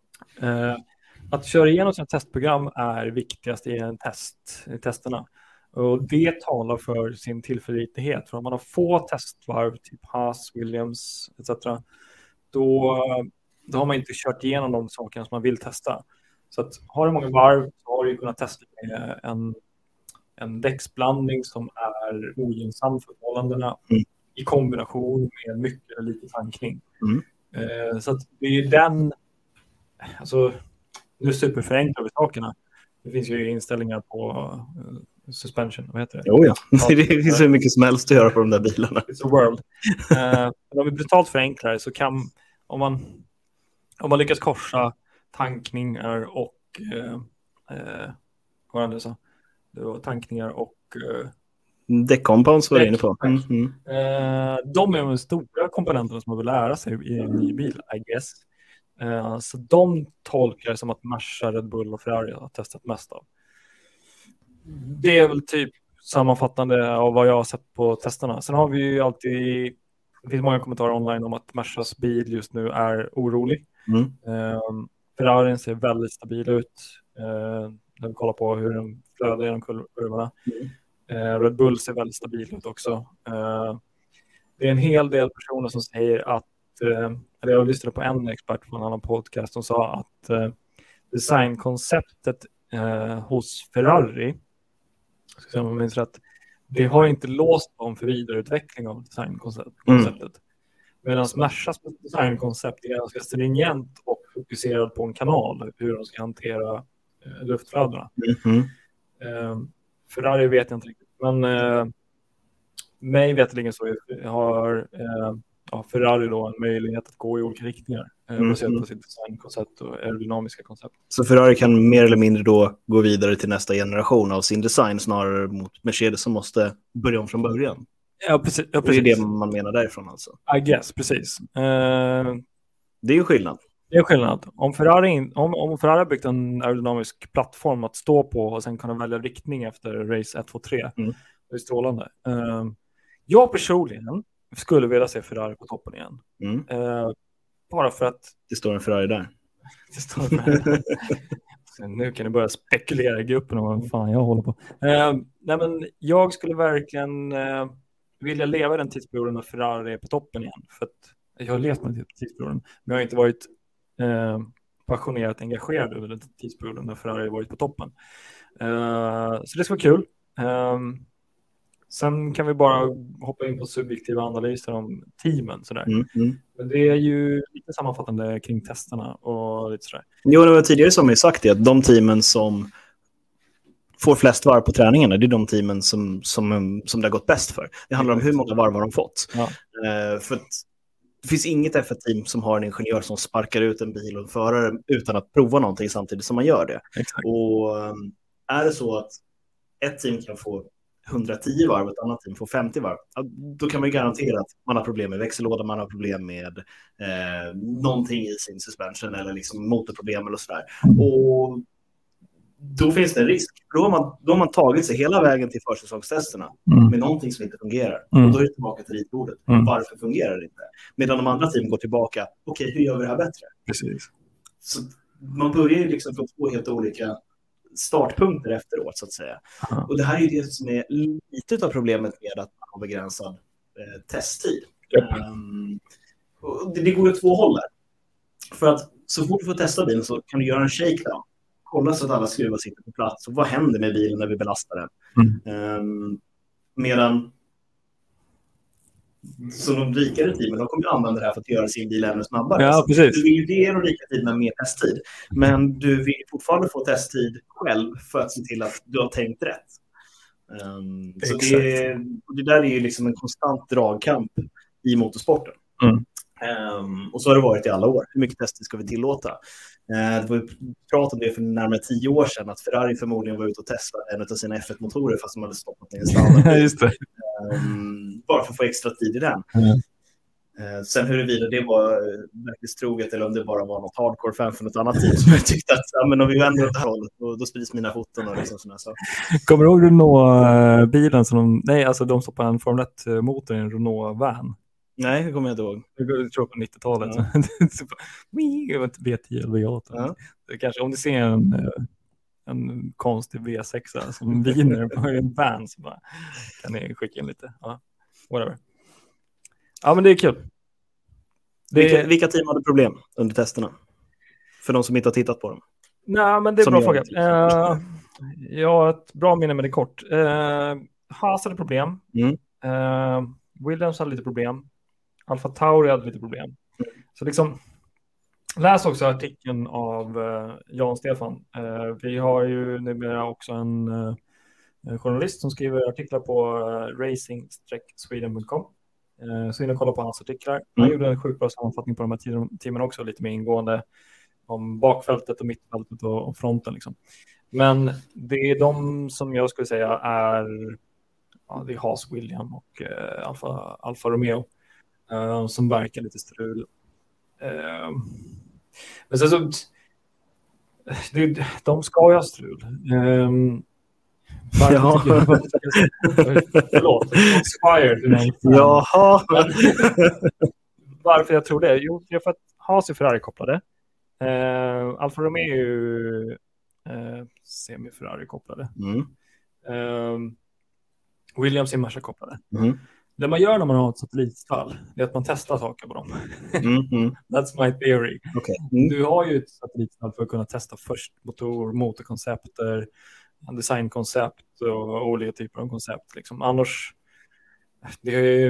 Eh, att köra igenom sina testprogram är viktigast i en test, i testerna. Och det talar för sin tillförlitlighet. För om man har få testvarv, typ Haas, Williams et cetera, då, då har man inte kört igenom de sakerna som man vill testa. Så att har du många varv så har du kunnat testa med en, en däcksblandning som är ogynnsam för förhållandena mm. i kombination med mycket eller lite tankning. Mm. Eh, så att det är den, alltså nu superförenklar vi sakerna. Det finns ju inställningar på uh, suspension, vad heter det? Jo ja, det finns så mycket som helst att göra på de där bilarna. It's a world. Uh, men om vi brutalt förenklar så kan, om man, om man lyckas korsa tankningar och uh, uh, vad var det så? Det var tankningar och uh, däckcompounds var det inne på. Mm. Mm. Uh, de är de stora komponenterna som man vill lära sig i en ny bil, I guess. Uh, så de tolkar som att Merca, Red Bull och Ferrari har testat mest av. Det är väl typ sammanfattande av vad jag har sett på testerna. Sen har vi ju alltid, det finns många kommentarer online om att Mercas bil just nu är orolig. Mm. Uh, Ferrarin ser väldigt stabil ut. Uh, när vi kollar på hur den flödar genom kurvorna. Mm. Uh, Red Bull ser väldigt stabil ut också. Uh, det är en hel del personer som säger att uh, eller jag lyssnade på en expert på en annan podcast som sa att uh, designkonceptet uh, hos Ferrari, ska jag minns rätt, det har inte låst dem för vidareutveckling av designkonceptet. Mm. Medan Mercas designkoncept är ganska stringent och fokuserad på en kanal, hur de ska hantera uh, luftflödena. Mm. Uh, Ferrari vet jag inte riktigt, men uh, mig vetligen så har uh, ja, Ferrari då en möjlighet att gå i olika riktningar uh, mm. baserat på sitt designkoncept och aerodynamiska koncept. Så Ferrari kan mer eller mindre då gå vidare till nästa generation av sin design snarare mot Mercedes som måste börja om från början? Ja, precis. Ja, precis. Det är det man menar därifrån alltså? I guess, precis. Uh, det är ju skillnad. Det är skillnad. Om Ferrari, om, om Ferrari har byggt en aerodynamisk plattform att stå på och sen kunna välja riktning efter race ett, två, tre, mm. det är strålande. Uh, jag personligen skulle vilja se Ferrari på toppen igen. Mm. Uh, bara för att... Det står en Ferrari där. Det står en Ferrari. Nu kan ni börja spekulera i gruppen om vad fan jag håller på. Uh, nej men jag skulle verkligen uh, vilja leva den tidsperioden när Ferrari är på toppen igen. För att jag har levt med den tidsperioden. Men jag har inte varit uh, passionerat engagerad över den tidsperioden när Ferrari har varit på toppen. Uh, så det ska vara kul. Um, Sen kan vi bara hoppa in på subjektiva analyser om teamen. Sådär. Mm, mm. Men det är ju lite sammanfattande kring testerna och lite sådär. Jo, det var tidigare som jag sagt det, att de teamen som får flest varv på träningarna, det är de teamen som, som, som det har gått bäst för. Det handlar om hur många varv har de fått. Ja. Uh, för att det finns inget F ett-team som har en ingenjör som sparkar ut en bil och en förare utan att prova någonting samtidigt som man gör det. Exakt. Och um, är det så att ett team kan få hundratio varv och ett annat team får femtio varv, då kan man ju garantera att man har problem med växellåda, man har problem med eh, någonting i sin suspension eller liksom motorproblem eller sådär. Och då finns det en risk. Då har man, då har man tagit sig hela vägen till försäsongstesterna mm. med någonting som inte fungerar. Mm. Och då är det tillbaka till ritbordet. Mm. Varför fungerar det inte? Medan de andra teamen går tillbaka, okej, okay, hur gör vi det här bättre? Precis. Så man börjar ju liksom från två helt olika startpunkter efteråt så att säga. Aha. Och det här är ju det som är lite av problemet med att man har begränsad eh, testtid. Yep. Um, och det, det går ju två håll här. För att så fort du får testa bilen så kan du göra en shakedown. Kolla så att alla skruvar sitter på plats. Och vad händer med bilen när vi belastar den? Mm. Um, medan så de rikare teamen, de kommer ju använda det här för att göra sin bil ännu snabbare. Ja, precis. Du vill ju ge de rika teamen mer testtid. Men du vill fortfarande få testtid själv för att se till att du har tänkt rätt. Um, så det, det där är ju liksom en konstant dragkamp i motorsporten. Mm. Um, och så har det varit i alla år. Hur mycket testtid ska vi tillåta? Uh, det var ju prat om det för närmare tio år sedan att Ferrari förmodligen var ute och testade en av sina F ett-motorer fast de hade stoppat ner en standard. Just det. Um, bara för att få extra tid i den. Mm. Uh, sen huruvida det var verkligen troget eller om det bara var något hardcore-fan för något annat team som jag tyckte att ja, men om vi vänder åt det här hållet då, då sprids mina foton och liksom sådana saker. Kommer du ihåg Renault-bilen som de, nej alltså de stoppade en Formel ett-motor i en Renault-van? Nej, det kommer jag inte ihåg. Jag tror på nittiotalet. Ja. V tio eller V åtta. Ja. Kanske om du ser en en konstig V sex som vinner på en band, så bara, kan ni skicka in lite. Ja, whatever. Ja, men det är kul. Det... Vilka, vilka team hade problem under testerna? För de som inte har tittat på dem. Nej, men det är som bra fråga. Uh, jag har ett bra minne med det kort. Uh, Haas hade problem. Mm. Uh, Williams hade lite problem. Alfa Tauri hade lite problem. Mm. Så liksom, läs också artikeln av uh, Jan Stefan. Uh, vi har ju numera också en uh, journalist som skriver artiklar på uh, racing sweden punkt com. Uh, så in och kolla på hans artiklar. Mm. Han gjorde en sjukt bra sammanfattning på de här teamen också, lite mer ingående om bakfältet och mittfältet och, och fronten liksom. Men det är de som jag skulle säga är, ja, det är Haas, William och uh, Alfa, Alfa Romeo uh, som verkar lite strul. Uh, men sen så det, de ska ju ha strul. Um, ja. Förlåt, inspired. Jaha. Varför jag tror det? Jo, det är för att Haas är Ferrari-kopplade. Uh, Alfa Romeo är ju uh, semi-Ferrari-kopplade. Mm. Uh, Williams är Merca-kopplade. Mm. Det man gör när man har ett satellitstall är att man testar saker på dem. Mm. Mm. That's my theory. Okay. Mm. Du har ju ett satellitstall för att kunna testa först motor, motorkoncepter, designkoncept och olika typer av koncept. Liksom. Annars, det är ju...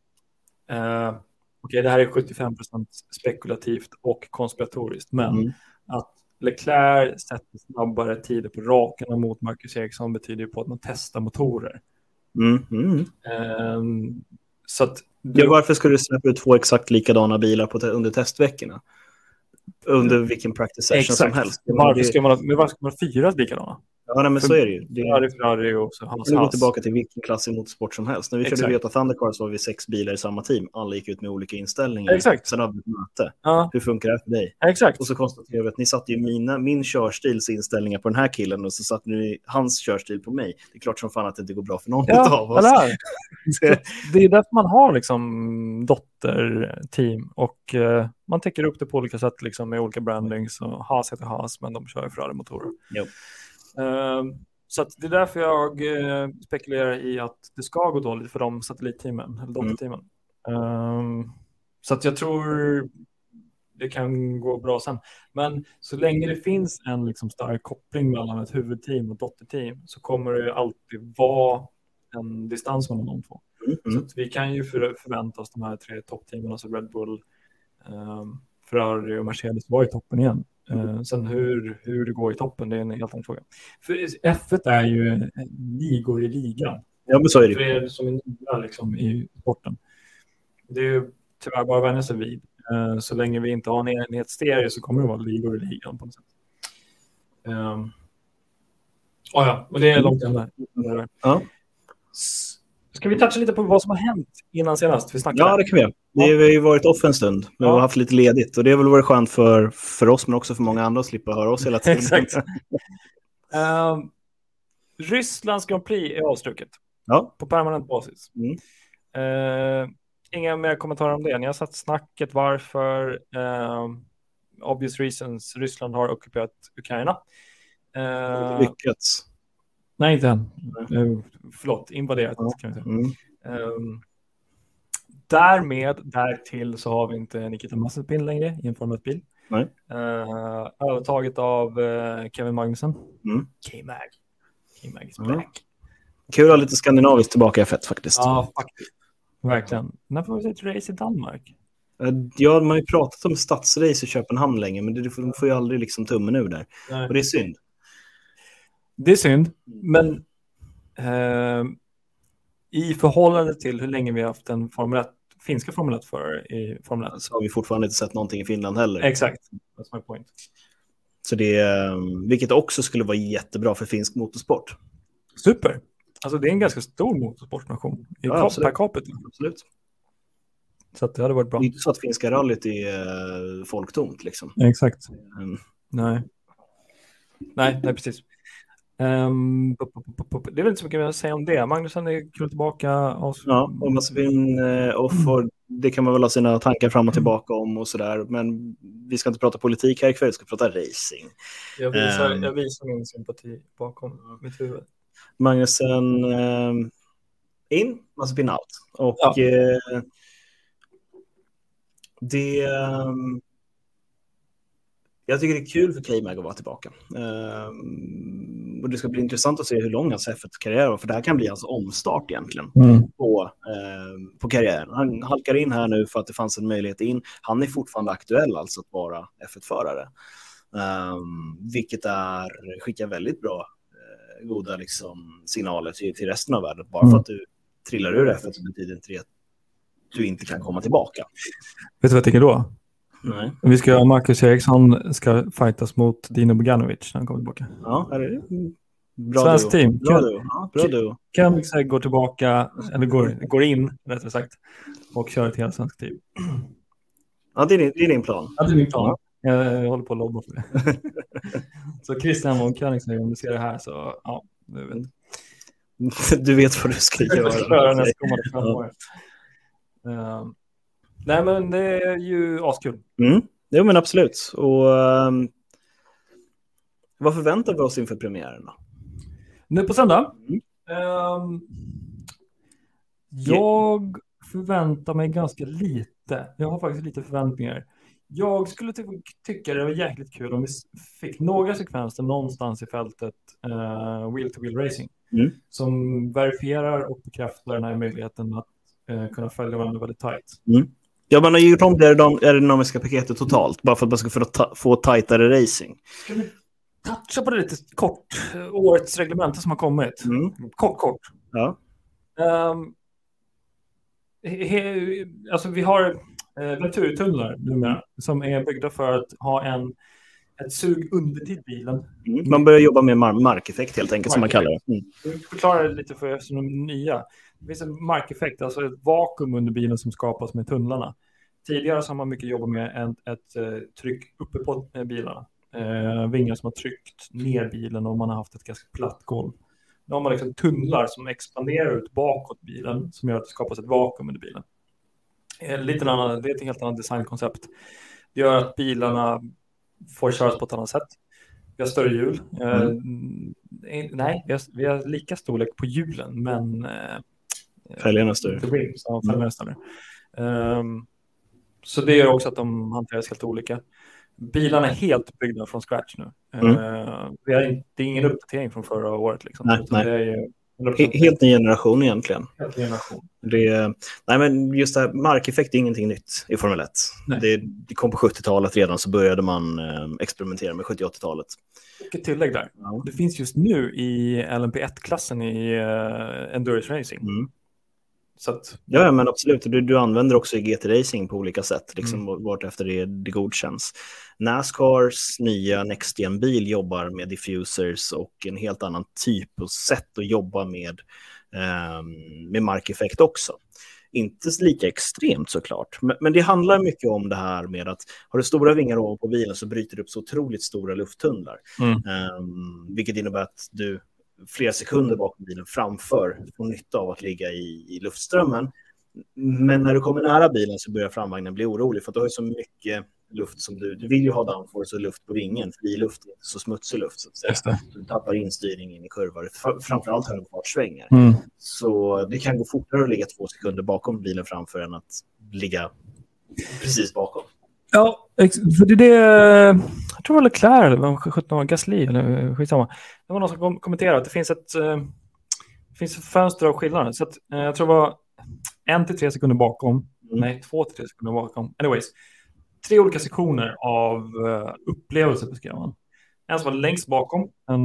Uh, Okej, det här är sjuttiofem procent spekulativt och konspiratoriskt, men mm. att Leclerc sätter snabbare tider på rakarna mot Marcus Ericsson betyder ju på att man testar motorer. Mm. Mm. Um, så att du... ja, varför ska du släppa ut två exakt likadana bilar på te- under testveckorna? Under vilken practice session exakt. som helst. Varför ska man ha, men varför ska man ha fyra likadana? Ja, nej, men för, så är det ju. Det är Ferrari och så Hans Nu går tillbaka till vilken klass i motorsport som helst. När vi exakt. körde Toyota Thundercar så var vi sex bilar i samma team. Alla gick ut med olika inställningar. Exakt. Sen hade vi ett möte. Ja. Hur funkar det för dig? Exakt. Och så konstaterade vi att ni satte ju mina, min körstils inställningar på den här killen och så satte ni hans körstil på mig. Det är klart som fan att det inte går bra för någon ja, av oss. det, det är därför man har liksom dotterteam och uh, man täcker upp det på olika sätt liksom, med olika brandings och Haas heter Haas, men de kör ju Ferrari-motorer. Jo. Uh, Så att det är därför jag eh, spekulerar i att det ska gå dåligt för de satellitteamen, eller dotterteamen. Mm. Um, så att jag tror det kan gå bra sen. Men så länge det finns en liksom stark koppling mellan ett huvudteam och dotterteam så kommer det alltid vara en distans mellan de två. Mm. Så att vi kan ju för, förvänta oss de här tre toppteamen, alltså Red Bull, um, Ferrari och Mercedes var i toppen igen. Uh, sen hur, hur det går i toppen, det är en helt annan fråga. För F ett är ju ligor i ligan. Ja, men så är det. För det är som en liga liksom, i sporten. Det är ju tyvärr bara vänja sig vid. Uh, så länge vi inte har en enhetsserie så kommer det vara ligor i ligan på något sätt. Um, oh ja, och det är långt än där. Ja. Ska vi toucha lite på vad som har hänt innan senast vi snackade? Ja, det kan vi göra. Det har ju varit off en stund. Vi har ja. haft lite ledigt. Och det har väl varit skönt för, för oss, men också för många andra att slippa höra oss hela tiden. Exakt. uh, Rysslands Grand Prix är avstruket. Ja. På permanent basis. Mm. Uh, inga mer kommentarer om det. Ni har satt snacket varför uh, obvious reasons Ryssland har ockuperat Ukraina. Uh, lyckats. Nej, inte än. Uh, förlåt, invaderat. Ja. Kan vi säga. Mm. Um, därmed, därtill så har vi inte Nikita Mazepin längre i en Formel ett-bil. Nej. Uh, övertaget av uh, Kevin Magnussen. Mm. K-Mag. K-Mag is mm. back. Kul att ha lite skandinaviskt tillbaka i F ett faktiskt. Ja, faktiskt. Verkligen. När får vi se ett race i Danmark? Ja, man har ju pratat om stadsrace i Köpenhamn länge, men det får, de får ju aldrig liksom tummen ur där. Nej. Och det är synd. Det är synd, men uh, i förhållande till hur länge vi har haft en Formel ett, finska Formel ett för i Formel ett. Så har vi fortfarande inte sett någonting i Finland heller. Exakt, that's my point. Så det, vilket också skulle vara jättebra för finsk motorsport. Super. Alltså det är en ganska stor motorsportnation i ja, per capita. Absolut. Så att det hade varit bra. Det är inte så att finska rallyt är uh, folktomt liksom. Exakt. Mm. Nej. Nej, nej precis. Um, det är väl inte så mycket att säga om det. Magnusson är kul tillbaka. Och... Ja, och Mazepin uh, off och det kan man väl ha sina tankar fram och tillbaka om och sådär. Men vi ska inte prata politik här ikväll, vi ska prata racing. Jag visar, um, jag visar min sympati bakom mitt huvud. Magnussen um, in, Mazepin out. Och Ja. uh, det... Um, jag tycker det är kul för K-Mag att vara tillbaka. Um, och det ska bli intressant att se hur lång hans F ett-karriär var, för det här kan bli hans omstart egentligen mm. på, um, på karriären. Han halkar in här nu för att det fanns en möjlighet in. Han är fortfarande aktuell alltså att vara F ett-förare. Um, vilket är, skickar väldigt bra uh, goda liksom, signaler till, till resten av världen. Bara mm. för att du trillar ur F ett så betyder inte det att du inte kan komma tillbaka. Vet du vad jag tänker då? Nej. Vi ska göra Marcus Eriksson ska fightas mot Dino Boganovic när han kommer tillbaka. Ja, är det bra Svensk duo. team. Bra duo. Ja, bra duo. Koenigsegg går tillbaka, eller går, går in rättare sagt, och kör ett helt svenskt team. Ja, det är din, det är din plan. Ja, det är min plan. Jag, jag håller på att lobba för det. Så Christian och Koenigsegg, om du ser det här så, ja, du vet. Du vet vad du ska göra. Jag ska köra nästa kommande fem år. Uh, nej, men det är ju askul. Mm, jo, men absolut. Och um, vad förväntar vi oss inför premiären då? Nu på söndag? Mm. Um, jag förväntar mig ganska lite. Jag har faktiskt lite förväntningar. Jag skulle ty- tycka det var jäkligt kul om vi fick några sekvenser någonstans i fältet uh, wheel-to-wheel racing mm. som verifierar och bekräftar den här möjligheten att uh, kunna följa varandra väldigt tajt. Mm. Ja, man har gjort om det aerodynamiska paketet totalt bara för att man ska få, ta- få tajtare racing. Ska vi toucha på det lite kort? Årets reglementer som har kommit. Mm. Kort, kort. Ja. Um, he, he, alltså vi har eh, Venturi-tunnlar numera som är byggda för att ha en, ett sug under till bilen. Mm. Man börjar jobba med mar- markeffekt helt enkelt, markeffekt. Som man kallar det. Mm. Jag förklarar det lite för er som är nya. Det finns en markeffekt, alltså ett vakuum under bilen som skapas med tunnlarna. Tidigare så har man mycket jobbat med ett, ett, ett tryck uppe på bilarna. Eh, vingar som har tryckt ner bilen och man har haft ett ganska platt golv. Nu har man liksom tunnlar som expanderar ut bakåt bilen som gör att det skapas ett vakuum under bilen. Eh, lite annan, det är ett helt annat designkoncept. Det gör att bilarna får köras på ett annat sätt. Vi har större hjul. Eh, mm. Nej, vi har, vi har lika storlek på hjulen, men eh, fälgarna större. Wings, ja, fälgarna större. Um, så det gör också att de hanteras helt olika. Bilarna är helt byggda från scratch nu. Mm. Uh, vi har inte, det är ingen uppdatering från förra året. Liksom. Nej, nej. Det är He- helt ny generation egentligen. Helt ny generation. Det, nej, men just det här, markeffekt är ingenting nytt i Formel ett. Det, det kom på sjuttiotalet redan, så började man eh, experimentera med sjuttio-åttiotalet. Vilket tillägg där. Ja. Det finns just nu i L M P ett-klassen i uh, Endurance Racing. Mm. Så att... Ja, men absolut. Du, du använder också i G T-racing på olika sätt, liksom, mm. vart efter det, det godkänns. Nascars nya Next Gen-bil jobbar med diffusers och en helt annan typ och sätt att jobba med, eh, med markeffekt också. Inte lika extremt såklart, men, men det handlar mycket om det här med att har du stora vingar ovanpå på bilen så bryter du upp så otroligt stora lufttunnlar. Mm. Eh, vilket innebär att du flera sekunder bakom bilen framför får nytta av att ligga i, i luftströmmen. Men när du kommer nära bilen så börjar framvagnen bli orolig, för att du har ju så mycket luft som du, du vill ju ha downforce och luft på vingen, för i luft är inte så smutsig luft så att säga. Så du tappar instyrningen i kurvor, framförallt högfartssvängar. Mm. Så det kan gå fortare att ligga två sekunder bakom bilen framför än att ligga precis bakom. Ja, för det är det, jag tror det var Leclerc eller sjutton år, Gasly eller skitsamma. Det var någon som kom, kommenterade att det finns ett, det finns ett fönster av skillnader. Så att, jag tror det var en till tre sekunder bakom. Mm. Nej, två till tre sekunder bakom. Anyways, tre olika sektioner av upplevelser beskrev man. En som var längst bakom, en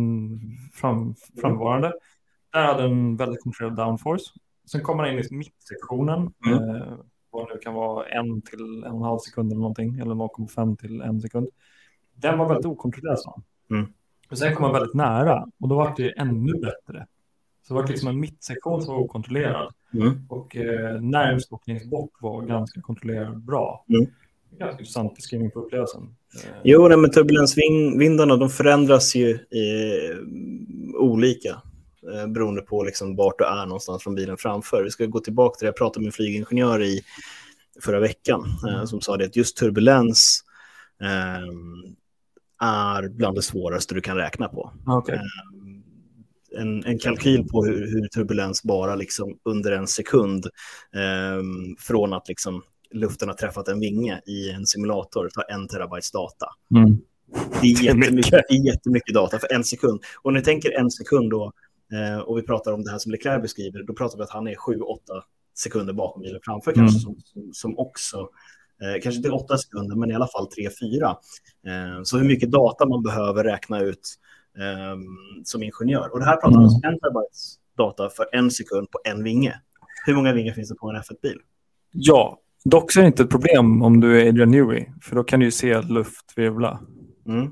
fram, framvarande. Där hade en väldigt kontrollerad downforce. Sen kommer man in i mittsektionen. Mm. Eh, vad det kan vara en till en och en halv sekund eller någonting, eller noll komma fem till en sekund. Den var väldigt okontrollerad. Mm. Och sen kom man väldigt nära, och då var det ännu bättre. Så det var liksom en mittsektion som var okontrollerad. Mm. Och eh, närmst och längst bort var ganska kontrollerad bra. Mm. Ganska intressant beskrivning på upplevelsen. Eh. Jo, nej, men turbulensvindarna, de förändras ju eh, olika eh, beroende på liksom vart du är någonstans från bilen framför. Vi ska gå tillbaka till det. Jag pratade med en flygingenjör i förra veckan eh, som sa det att just turbulens eh, är bland det svåraste du kan räkna på. Okay. Eh, en, en kalkyl på hur, hur turbulens bara liksom under en sekund eh, från att liksom luften har träffat en vinge i en simulator tar en terabytes data. Mm. Det är jättemycket, det är jättemycket data för en sekund. Och när ni tänker en sekund då, eh, och vi pratar om det här som Leclerc beskriver, då pratar vi att han är sju åtta sekunder bakom bilen framför, mm. kanske som, som, som också, eh, kanske inte åtta sekunder, men i alla fall tre fyra. Eh, så hur mycket data man behöver räkna ut eh, som ingenjör. Och det här pratar vi om en terabytes data för en sekund på en vinge. Hur många vingar finns det på en F ett-bil? Ja, dock så är det inte ett problem om du är Adrian Newey, för då kan du ju se luft virvla. Mm.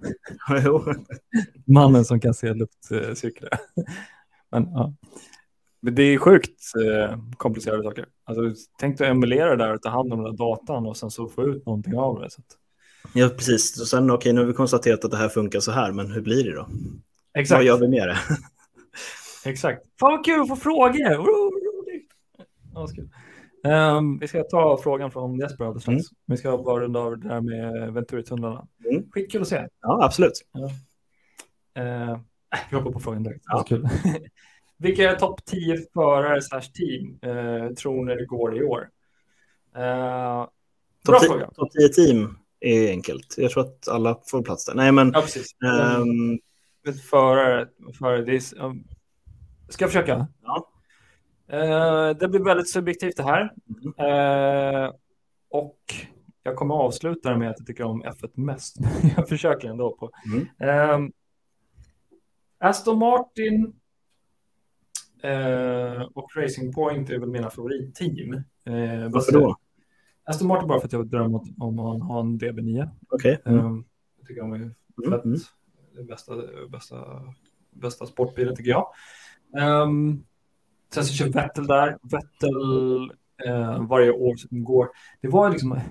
Mannen som kan se luft uh, cirkulera. Men, ja. Men det är sjukt uh, komplicerade saker. Alltså, tänk dig emulera det där och ta hand om den där datan och sen så få ut någonting av det. Så att... Ja, precis. Och sen, okej, nu har vi konstaterat att det här funkar så här, men hur blir det då? Exakt. Vad gör vi med det? Exakt. Fan vad kul att få frågor! Ja, kul. Um, vi ska ta frågan från Jesper alldeles strax. Mm. Vi ska bara runda av det där med Venturi-tunnlarna. Mm. Skitkul att se. Ja, absolut. Ja. Uh, vi hoppar på frågan direkt. Ja. Kul. Vilka är topp tio förare slash team uh, tror ni det går i år? Uh, bra fråga. Topp tio team är enkelt. Jag tror att alla får plats där. Nej, men... Ja, precis. Um... Förare, förare det är, um... ska jag försöka? Ja. Uh, det blir väldigt subjektivt det här. Mm. Uh, och jag kommer att avsluta med att jag tycker om F ett mest. Jag försöker ändå på. Mm. Uh, Aston Martin uh, och Racing Point är väl mina favoritteam. Uh, Varför då? Aston Martin bara för att jag drömmer om att ha en D B nio. Okej. Okay. Mm. Uh, jag tycker om är fett. Mm. Det bästa, bästa, bästa sportbilen tycker jag. Um, Sen så kör Vettel där. Vettel eh, varje år som går. Det var liksom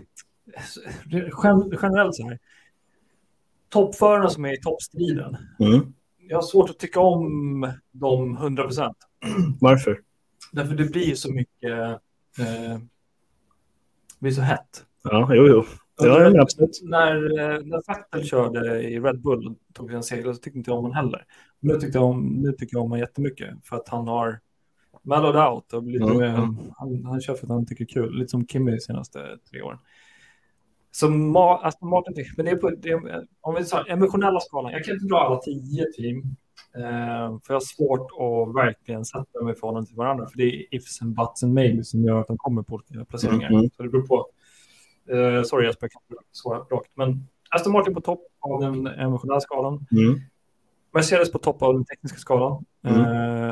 generellt så här. Toppförarna som är i toppstriden. Mm. Jag har svårt att tycka om dem hundra procent. Varför? Därför det blir så mycket eh, det blir så hett. Ja, jo, jo. Ja, när, absolut. När, när Vettel körde i Red Bull och tog en seger så tyckte inte jag om honom heller. Men nu tyckte jag om, nu tycker jag om honom jättemycket. För att han har mellowed out och lite mm. med, han, han kör för att han tycker det är kul. Lite som Kimi de senaste tre åren. Så Ma, alltså Martin, men det är på det, om vi säger emotionella skalan. Jag kan inte dra alla tio team. Eh, för jag har svårt att verkligen sätta mig i förhållande till varandra. För det är ifs and buts and maybe som gör att de kommer på placeringar. Mm. Så det beror på. Eh, sorry Jesper, jag kan inte svara rakt. Men Aston Martin på topp av den emotionella skalan. Mm. Mercedes på topp av den tekniska skalan. Mm. Eh,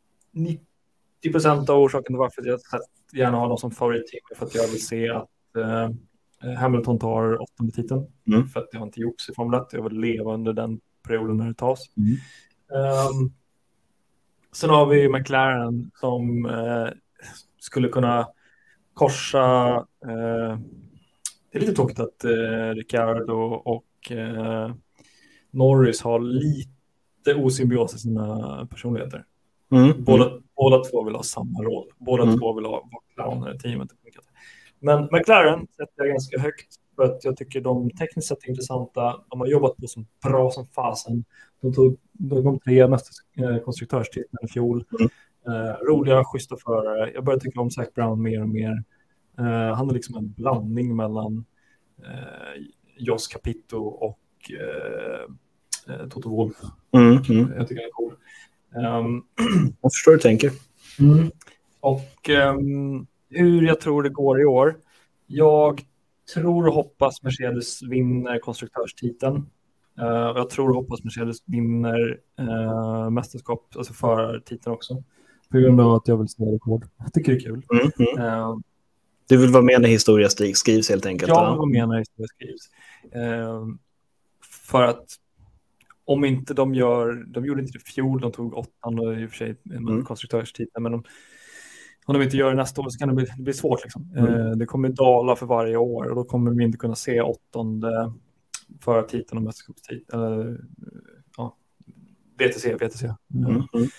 nittio procent av orsaken till varför jag gärna har dem som favoritteam är för att jag vill se att eh, Hamilton tar åttonde titeln. Mm. För att det har inte gjorts i Formel ett. Jag vill leva under den perioden när det tas. Mm. Um, sen har vi McLaren som eh, skulle kunna korsa. Eh, det är lite tråkigt att eh, Ricciardo och eh, Norris har lite osymbios i sina personligheter. Mm. Båda, mm. båda två vill ha samma roll. Båda mm. två vill ha clowner i teamet. Men McLaren sätter jag ganska högt för att jag tycker de tekniskt sett är intressanta. De har jobbat på som bra som fasen. De tog de kom tre nästa konstruktörstiteln i fjol. Mm. Uh, roliga, schyssta förare. Jag börjar tycka om Zach Brown mer och mer. Uh, han är liksom en blandning mellan uh, Jos Capito och uh, uh, Toto Wolff. Mm. Mm. Jag tycker han är cool. Um, jag förstår hur du tänker. Mm. Och um, hur jag tror det går i år. Jag tror och hoppas Mercedes vinner konstruktörstiteln. Uh, jag tror och hoppas Mercedes vinner uh, mästerskap, alltså förartiteln också. På grund av att jag vill se rekord. Jag tycker det är kul. Mm, mm. Uh, du vill vara med när historia skrivs helt enkelt? Jag vill vara med när historia skrivs. Uh, för att om inte de gör, de gjorde inte det i fjol, de tog åttan och i och för sig en mm. konstruktörstitel, men de om de inte gör det nästa år så kan det bli, det bli svårt. Liksom. Mm. Eh, det kommer dala för varje år och då kommer vi inte kunna se åttonde förartiteln och mästerskapstiteln. Eller ja, V T C, V T C. Mm. Mm.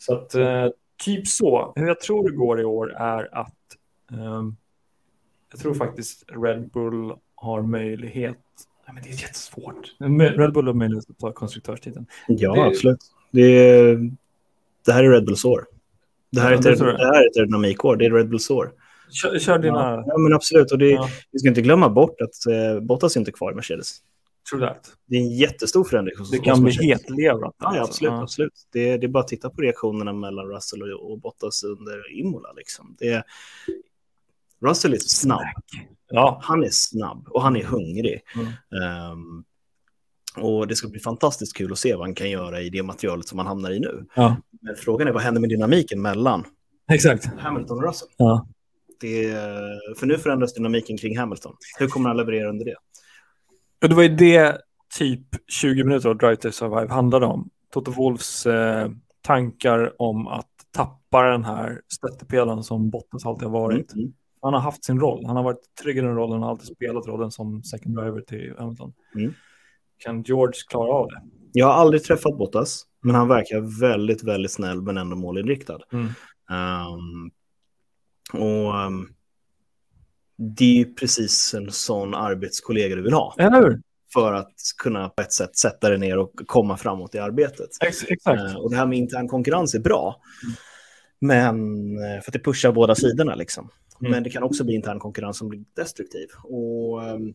Så att eh, typ så. Hur jag tror det går i år är att eh, jag tror faktiskt Red Bull har möjlighet. Nej, men det är jättesvårt. Red Bull har möjlighet att ta konstruktörstiteln. Ja, det... absolut. Det, är, det här är Red Bulls år. Det här, ja, är, ett, det, det här är ett aerodynamikår. Det är Red Bulls år. Kör, kör dina... Ja, ja, men absolut. Och det, ja. Vi ska inte glömma bort att eh, Bottas är inte kvar i Mercedes. True that. Det är en jättestor förändring. Det kan bli hetlevat. Ja, ja, absolut. Ja. absolut. Det, det är bara att titta på reaktionerna mellan Russell och, och Bottas under Imola. Liksom. Det, Russell är snabb. Ja. Han är snabb och han är hungrig. Mm. Um, och det ska bli fantastiskt kul att se vad han kan göra i det materialet som han hamnar i nu. Ja. Men frågan är vad händer med dynamiken mellan Exakt. Hamilton och Russell? Ja. Det, för nu förändras dynamiken kring Hamilton. Hur kommer han leverera under det? Och det var ju det typ tjugo minuter av Drive to Survive handlade om. Toto Wolffs eh, tankar om att tappa den här stöttepelaren som Bottas alltid har varit. Mm. Han har haft sin roll. Han har varit trygg i den rollen och har alltid spelat rollen som second driver till Hamilton. Mm. Kan George klara av det? Jag har aldrig träffat Bottas, men han verkar väldigt, väldigt snäll men ändå målinriktad. Mm. Um, och um, det är precis en sån arbetskollega du vill ha. Eller hur? För att kunna på ett sätt sätta dig ner och komma framåt i arbetet. Ex- exakt. Uh, och det här med intern konkurrens är bra. Mm. Men för att det pushar båda sidorna liksom. Mm. Men det kan också bli intern konkurrens som blir destruktiv. Och um,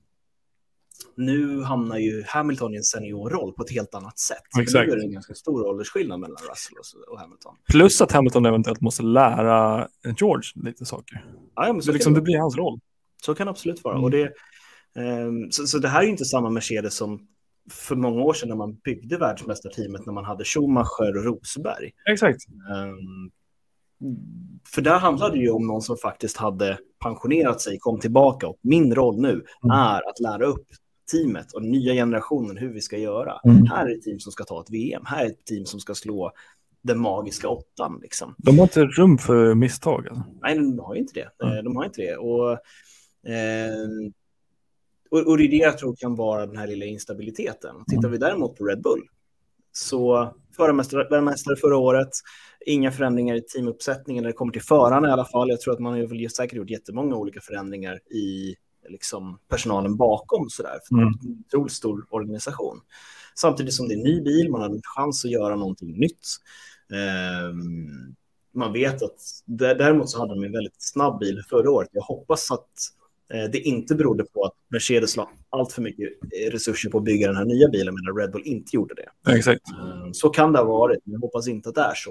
nu hamnar ju Hamilton i en seniorroll på ett helt annat sätt. Exakt. Nu är det en ganska stor åldersskillnad mellan Russell och Hamilton. Plus att Hamilton eventuellt måste lära George lite saker. Ja, men så det, liksom, det, det blir hans roll. Så kan det absolut vara. Mm. Och det, um, så, så det här är ju inte samma Mercedes som för många år sedan när man byggde världsmästarteamet när man hade Schumacher och Rosberg. Exakt. Um, för där handlade det ju om någon som faktiskt hade pensionerat sig, kom tillbaka, och min roll nu mm. är att lära upp teamet och den nya generationen hur vi ska göra. Mm. Här är ett team som ska ta ett V M. Här är ett team som ska slå den magiska åttan. Liksom. De har inte rum för misstag. Alltså. Nej, de har inte det. Mm. De har inte det. Och, eh, och, och det är det jag tror kan vara den här lilla instabiliteten. Tittar mm. vi däremot på Red Bull så förra mästare förra året, inga förändringar i teamuppsättningen när det kommer till förarna i alla fall. Jag tror att man har väl säkert gjort jättemånga olika förändringar i liksom personalen bakom sådär. För mm. det är en otroligt stor organisation. Samtidigt som det är en ny bil, man har en chans att göra någonting nytt. Um, man vet att däremot så hade de en väldigt snabb bil förra året. Jag hoppas att eh, det inte berodde på att Mercedes la allt för mycket resurser på att bygga den här nya bilen medan Red Bull inte gjorde det. Ja, exakt. Um, så kan det ha varit, men jag hoppas inte att det är så.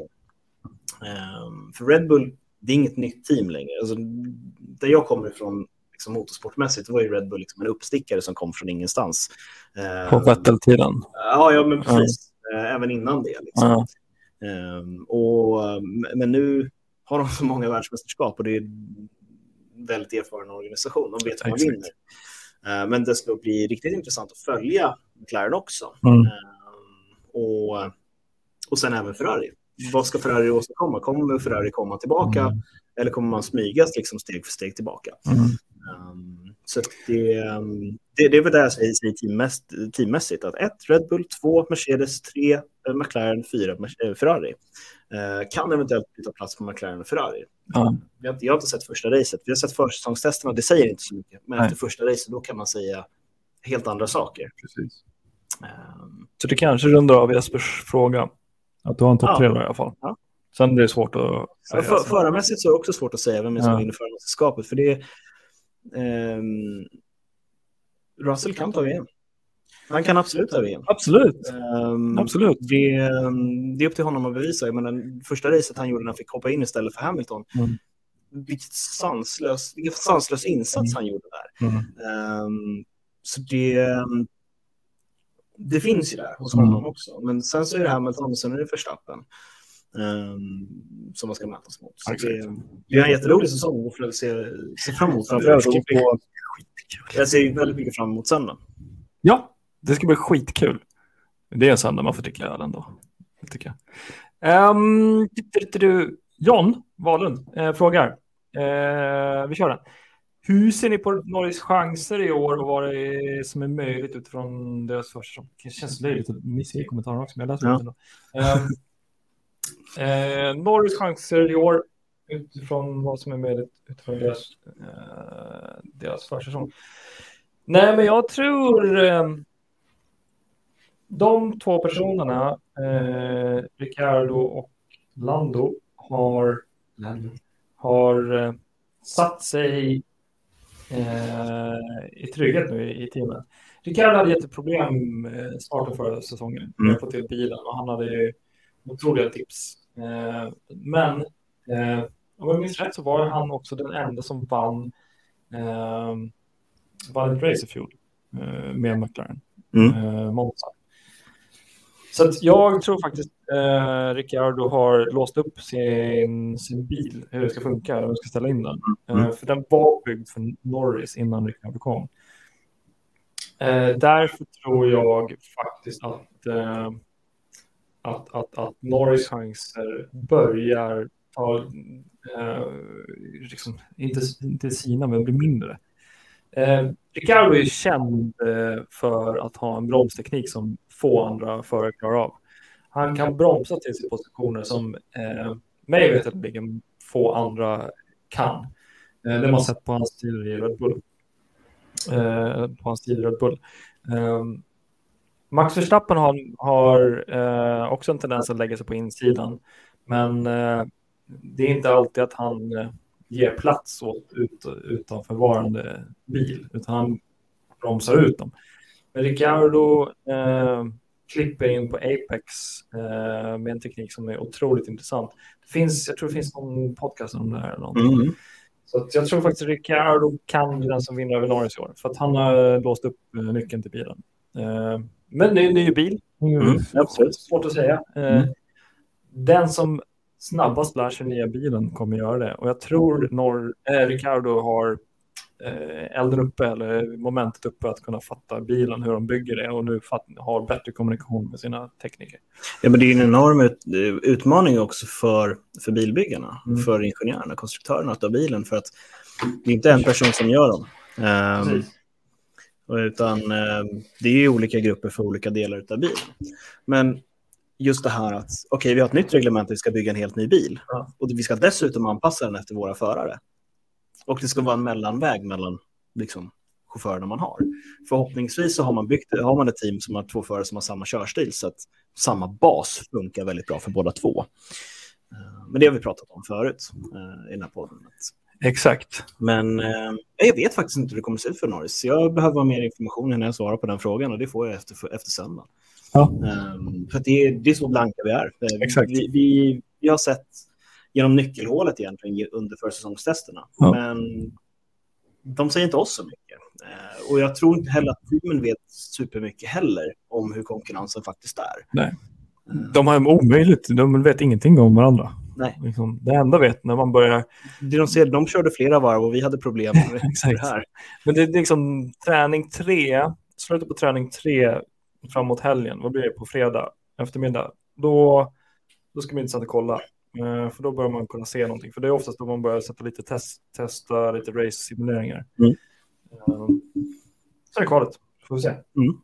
Um, för Red Bull, det är inget nytt team längre. Alltså, där jag kommer ifrån liksom motorsportmässigt var ju Red Bull liksom en uppstickare som kom från ingenstans. På Vettel-tiden. Ja, ja, men precis. Ja. Även innan det. Liksom. Ja. Um, och, men nu har de så många världsmästerskap och det är en väldigt erfaren organisation. De vet vad man vinner. Uh, men det ska bli riktigt intressant att följa McLaren också. Mm. Uh, och, och sen även Ferrari. Vad ska Ferrari åstadkomma? Kommer Ferrari komma tillbaka? Mm. Eller kommer man smygas liksom steg för steg tillbaka? Mm. Um, så det, um, det, det är väl det jag säger teammässigt, teammässigt. Att ett, Red Bull, två, Mercedes, tre, uh, McLaren, fyra, uh, Ferrari. Uh, kan eventuellt byta plats på McLaren och Ferrari. Mm. Jag, har, jag har inte sett första racet. Vi har sett försäsongstesterna, det säger inte så mycket. Men Nej. Efter första racet då kan man säga helt andra saker. Precis. Um, så det kanske rundar av Jespers fråga. Att du har en topp tre ja. i alla fall. Ja. Sen är det svårt att säga. För, förarmässigt så är det också svårt att säga vem som ja. vinner förarmästerskapet. För det är um, Russell kan ta V M. Han kan absolut ta V M. Absolut. Um, absolut. Det, um, det är upp till honom att bevisa. Men den första racet han gjorde när han fick hoppa in istället för Hamilton. Mm. Vilket sanslös, vilket sanslös insats mm. han gjorde där. Mm. Um, så det... Um, Det finns ju där hos honom mm. också. Men sen så är det Hamilton och sen är det Verstappen um, som man ska mötas mot. Så det, det är en jätterolig säsong och får se, se fram emot. Jag ser väldigt mycket fram emot söndag. Ja, det ska bli skitkul. Det är en söndag man får dricka öl ändå. Tycker jag. Um, du, John Wahlund eh, frågar. Eh, vi kör den. Hur ser ni på Norris chanser i år och vad det är som är möjligt utifrån deras första? Det känns löjligt att missa i kommentarerna också, men jag läser ja. ut den då. Um, Eh, Norris chanser i år utifrån vad som är möjligt utifrån deras, eh, deras försäsong. Nej, men jag tror eh, de två personerna, eh, Ricciardo och Lando, har, har eh, satt sig eh, i trygghet nu i, i teamet. Ricciardo hade jätteproblem eh, starten förra säsongen med att få till bilen, och han hade ju otroliga tips. Eh, men eh, om jag minns rätt så var han också den enda som vann eh, vann ett race i fjol eh, med McLaren. Mm. Eh, Monza. Så att jag tror faktiskt eh, Ricciardo har låst upp sin, sin bil, hur det ska funka, hur man ska ställa in den. Eh, för den var byggd för Norris innan Ricciardo kom. Eh, därför tror jag faktiskt att, eh, att, att, att Norris chanser börjar ta, eh, liksom, inte, inte sina, men blir mindre. Eh, Ricciardo är känd eh, för att ha en bromsteknik som få andra förare klarar av. Han kan bromsa till sina positioner som eh, mig veterligen få andra kan. Eh, det har man sett på hans tid i Red Bull. Eh, på hans tid i Red Bull. Eh, Max Verstappen har, har eh, också en tendens att lägga sig på insidan. Men eh, det är inte alltid att han eh, ger plats åt ut, utanförvarande bil, utan han bromsar ut dem. Men Ricciardo eh, klipper in på Apex eh, med en teknik som är otroligt intressant. Det finns, jag tror det finns någon podcast om det här eller någonting. Mm. Så att jag tror faktiskt att Ricciardo kan bli den som vinner över Norris i år, för att han har låst upp eh, nyckeln till bilen. Eh, men det är en ny bil. Mm. Absolut. Svårt att säga. Eh, mm. Den som snabbast lär sig nya bilen kommer göra det. Och jag tror Nor- äh, Ricciardo har äh, elden uppe, eller momentet uppe, att kunna fatta bilen, hur de bygger det, och nu fatt- har bättre kommunikation med sina tekniker. Ja, men det är en enorm ut- utmaning också för, för bilbyggarna, mm. för ingenjörerna, konstruktörerna att ta bilen, för att det är inte en person som gör dem. Um, utan um, det är ju olika grupper för olika delar av bilen. Men just det här att okej, okay, vi har ett nytt reglement, vi ska bygga en helt ny bil. Ja. Och vi ska dessutom anpassa den efter våra förare. Och det ska vara en mellanväg mellan liksom, chaufförerna man har. Förhoppningsvis så har man byggt, har man ett team som har två förare som har samma körstil, så att samma bas funkar väldigt bra för båda två. Men det har vi pratat om förut i den här podden. Exakt. Men eh, jag vet faktiskt inte hur det kommer att se ut för Norris. Jag behöver mer information innan jag svarar på den frågan, och det får jag efter, efter söndag. Ja. Um, för det är, det är så blanka vi är. Exakt. Vi, vi, vi har sett genom nyckelhålet egentligen under försäsongstesterna. Ja. Men de säger inte oss så mycket. Uh, och jag tror inte heller att teamen vet supermycket heller om hur konkurrensen faktiskt är. Nej. De har omöjligt. De vet ingenting om varandra. Nej. Liksom, det enda vet när man börjar... Det de, ser, de körde flera varv och vi hade problem med det här. Men det är liksom träning tre, slutet på träning tre framåt helgen. Vad blir det på fredag eftermiddag? Då, då ska man inte sätta kolla. Uh, för då börjar man kunna se någonting. För det är oftast då man börjar sätta lite test, testa lite race-simuleringar. Mm. Uh, så är det kvalet. Får vi se. Mm.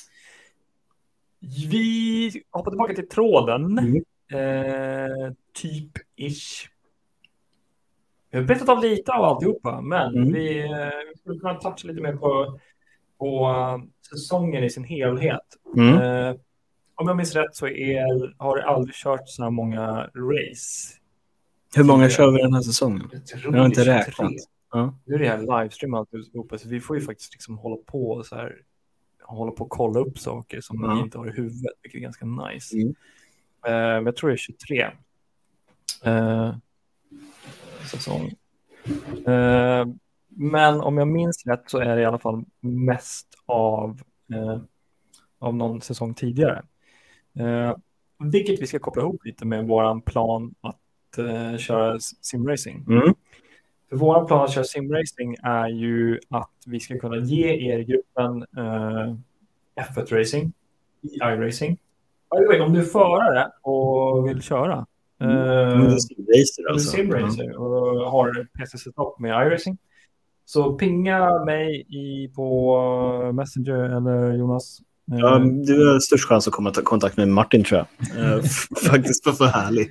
Vi hoppar tillbaka till tråden. Mm. Uh, typ-ish. Vi har berättat av lite av alltihopa. Men mm. vi, uh, vi skulle kunna toucha lite mer på, på uh, säsongen i sin helhet. Mm. Uh, Om jag minns rätt så är, har det aldrig kört så här många race. Hur många kör vi den här säsongen? Jag, jag har inte räknat. Ja. Nu är det här livestream alltihopa, så vi får ju faktiskt liksom hålla på så här, hålla på och kolla upp saker som ja. vi inte har i huvudet, vilket är ganska nice. Mm. Uh, men jag tror det är tjugotre. Uh, säsong. Uh, men om jag minns rätt så är det i alla fall mest av, uh, av någon säsong tidigare. Uh, vilket vi ska koppla ihop lite med våran plan att uh, köra simracing. Mm. För våran plan att köra simracing är ju att vi ska kunna ge er gruppen uh, F ett Racing, iRacing. Om du är förare och vill köra uh, mm. simracer, alltså. simracer och har P C-setup med iRacing, så pinga mig i, på Messenger eller Jonas. Ja, du har störst chans att komma i kontakt med Martin, tror jag. Faktiskt för för härlig.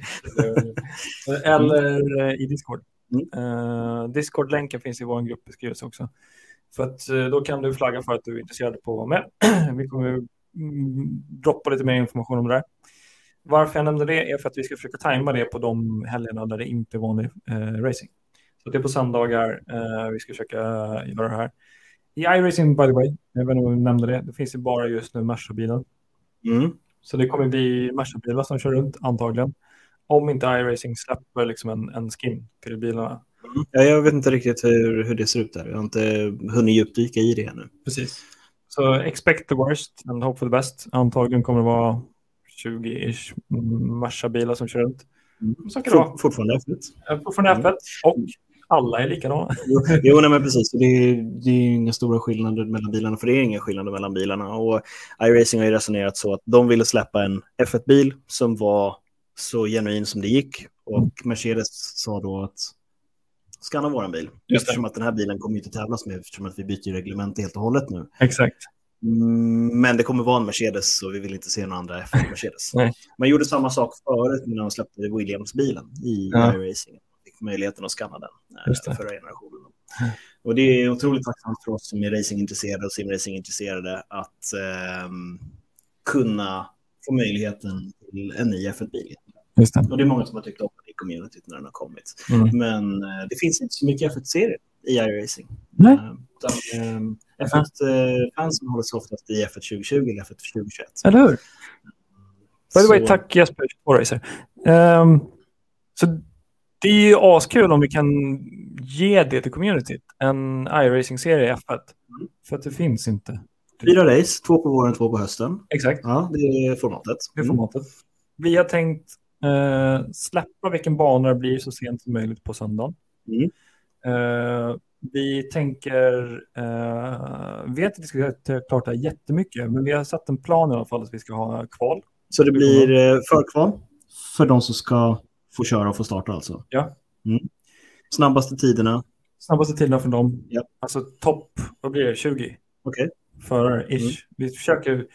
Eller i Discord. Mm. Uh, Discord-länken finns i vår gruppbeskrivelse också. För att uh, då kan du flagga för att du är intresserad på att vara med. Vi kommer mm, droppa lite mer information om det där. Varför jag nämnde det är för att vi ska försöka tajma det på de helgerna där det inte är vanlig uh, racing. Så det är på söndagar uh, vi ska försöka göra det här. I iRacing, by the way, jag vet inte om vi nämnde det, det finns ju bara just nu Merca-bilar. Mm. Så det kommer bli Merca-bilar som kör runt, antagligen. Om inte iRacing släpper liksom en, en skin till bilarna. Mm. Ja, jag vet inte riktigt hur, hur det ser ut där. Jag har inte hunnit djupdyka i det ännu. Precis. Så expect the worst and hope for the best. Antagligen kommer det vara tjugo-ish Merca-bilar som kör runt. Mm. Så kan det vara. Fortfarande F ett. Fortfarande F ett. Och alla är likadana. Jo, jo nej, men precis. Det är, det är inga stora skillnader mellan bilarna, för det är inga skillnader mellan bilarna. Och iRacing har ju resonerat så att de ville släppa en F ett-bil som var så genuin som det gick. Och Mercedes sa då att skanna våran bil. Eftersom att den här bilen kommer inte tävlas med, eftersom att vi byter reglement helt och hållet nu. Exakt. Mm, men det kommer vara en Mercedes, så vi vill inte se några andra F ett-Mercedes. Nej. Man gjorde samma sak förut när de släppte Williams-bilen i Ja. iRacing. Möjligheten att skanna den Just äh, det. förra generationen. Mm. Och det är otroligt tacksamt för oss som är racingintresserade och simracingintresserade att äh, kunna få möjligheten till en ny F ett-bil. Just det. Och det är många som har tyckt om det i communityt när den har kommit. Mm. Men äh, det finns inte så mycket F ett-serier i iRacing. Nej. Äh, utan, äh, F ett-fansen äh, håller sig oftast i F ett tjugo tjugo eller F ett tjugo tjugoett. Eller hur? By the way, Så- tack Jesper på Racer. Um, så det är ju askul om vi kan ge det till communityt. En iRacing-serie i F ett. Mm. För att det finns inte. Fyra race, två på våren, två på hösten. Exakt, Ja, det är formatet. det är Mm. formatet. Vi har tänkt eh, släppa vilken bana det blir så sent som möjligt på söndagen. Mm. Eh, vi tänker, eh, vi har inte diskuterat klart det här jättemycket, men vi har satt en plan i alla fall att vi ska ha kval. Så det blir eh, förkval för de som ska få köra och få starta alltså. Ja. Mm. Snabbaste tiderna. Snabbaste tiderna för dem. Ja. Alltså topp, vad blir det? tjugo Okej. förare ish. Mm. Vi försöker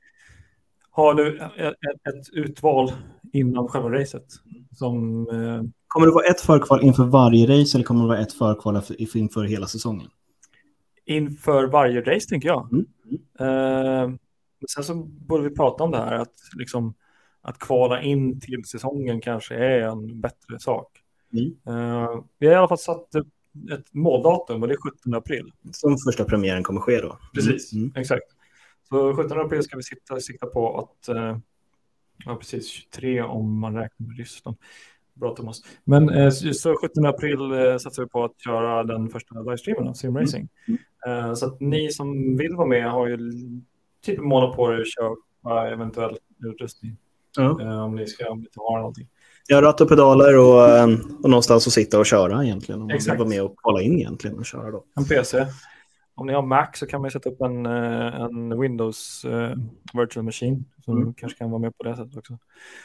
ha nu ett, ett, ett utval innan själva racet. Som, eh, Kommer det vara ett förkval inför varje race eller kommer det vara ett förkval efter- inför hela säsongen? inför varje race tänker jag. Mm. Eh, men sen så borde vi prata om det här att, liksom, att kvala in till säsongen kanske är en bättre sak. Mm. Eh, vi har i alla fall satt ett, ett måldatum och det är sjuttonde april. Som första premiären kommer ske då. Precis, Mm. exakt. Så sjuttonde april ska vi sitta, sikta på att eh, ja, precis tjugotre om man räknar med Ryssland. Bra Thomas. Men eh, så så sjuttonde april eh, satsar vi på att köra den första livestreamen av Simracing. Mm. Eh, så att ni som vill vara med har ju typ en månad på er att köpa eventuell utrustning. Ja. Eh, om ni ska om ni inte har någonting. Ja, ratt och pedaler och, eh, och någonstans att sitta och köra egentligen. Om man vill Exakt. vara med och kolla in egentligen och köra då. En P C. Om ni har Mac så kan man ju sätta upp en, eh, en Windows eh, virtual machine. Som Mm. kanske kan vara med på det sättet också.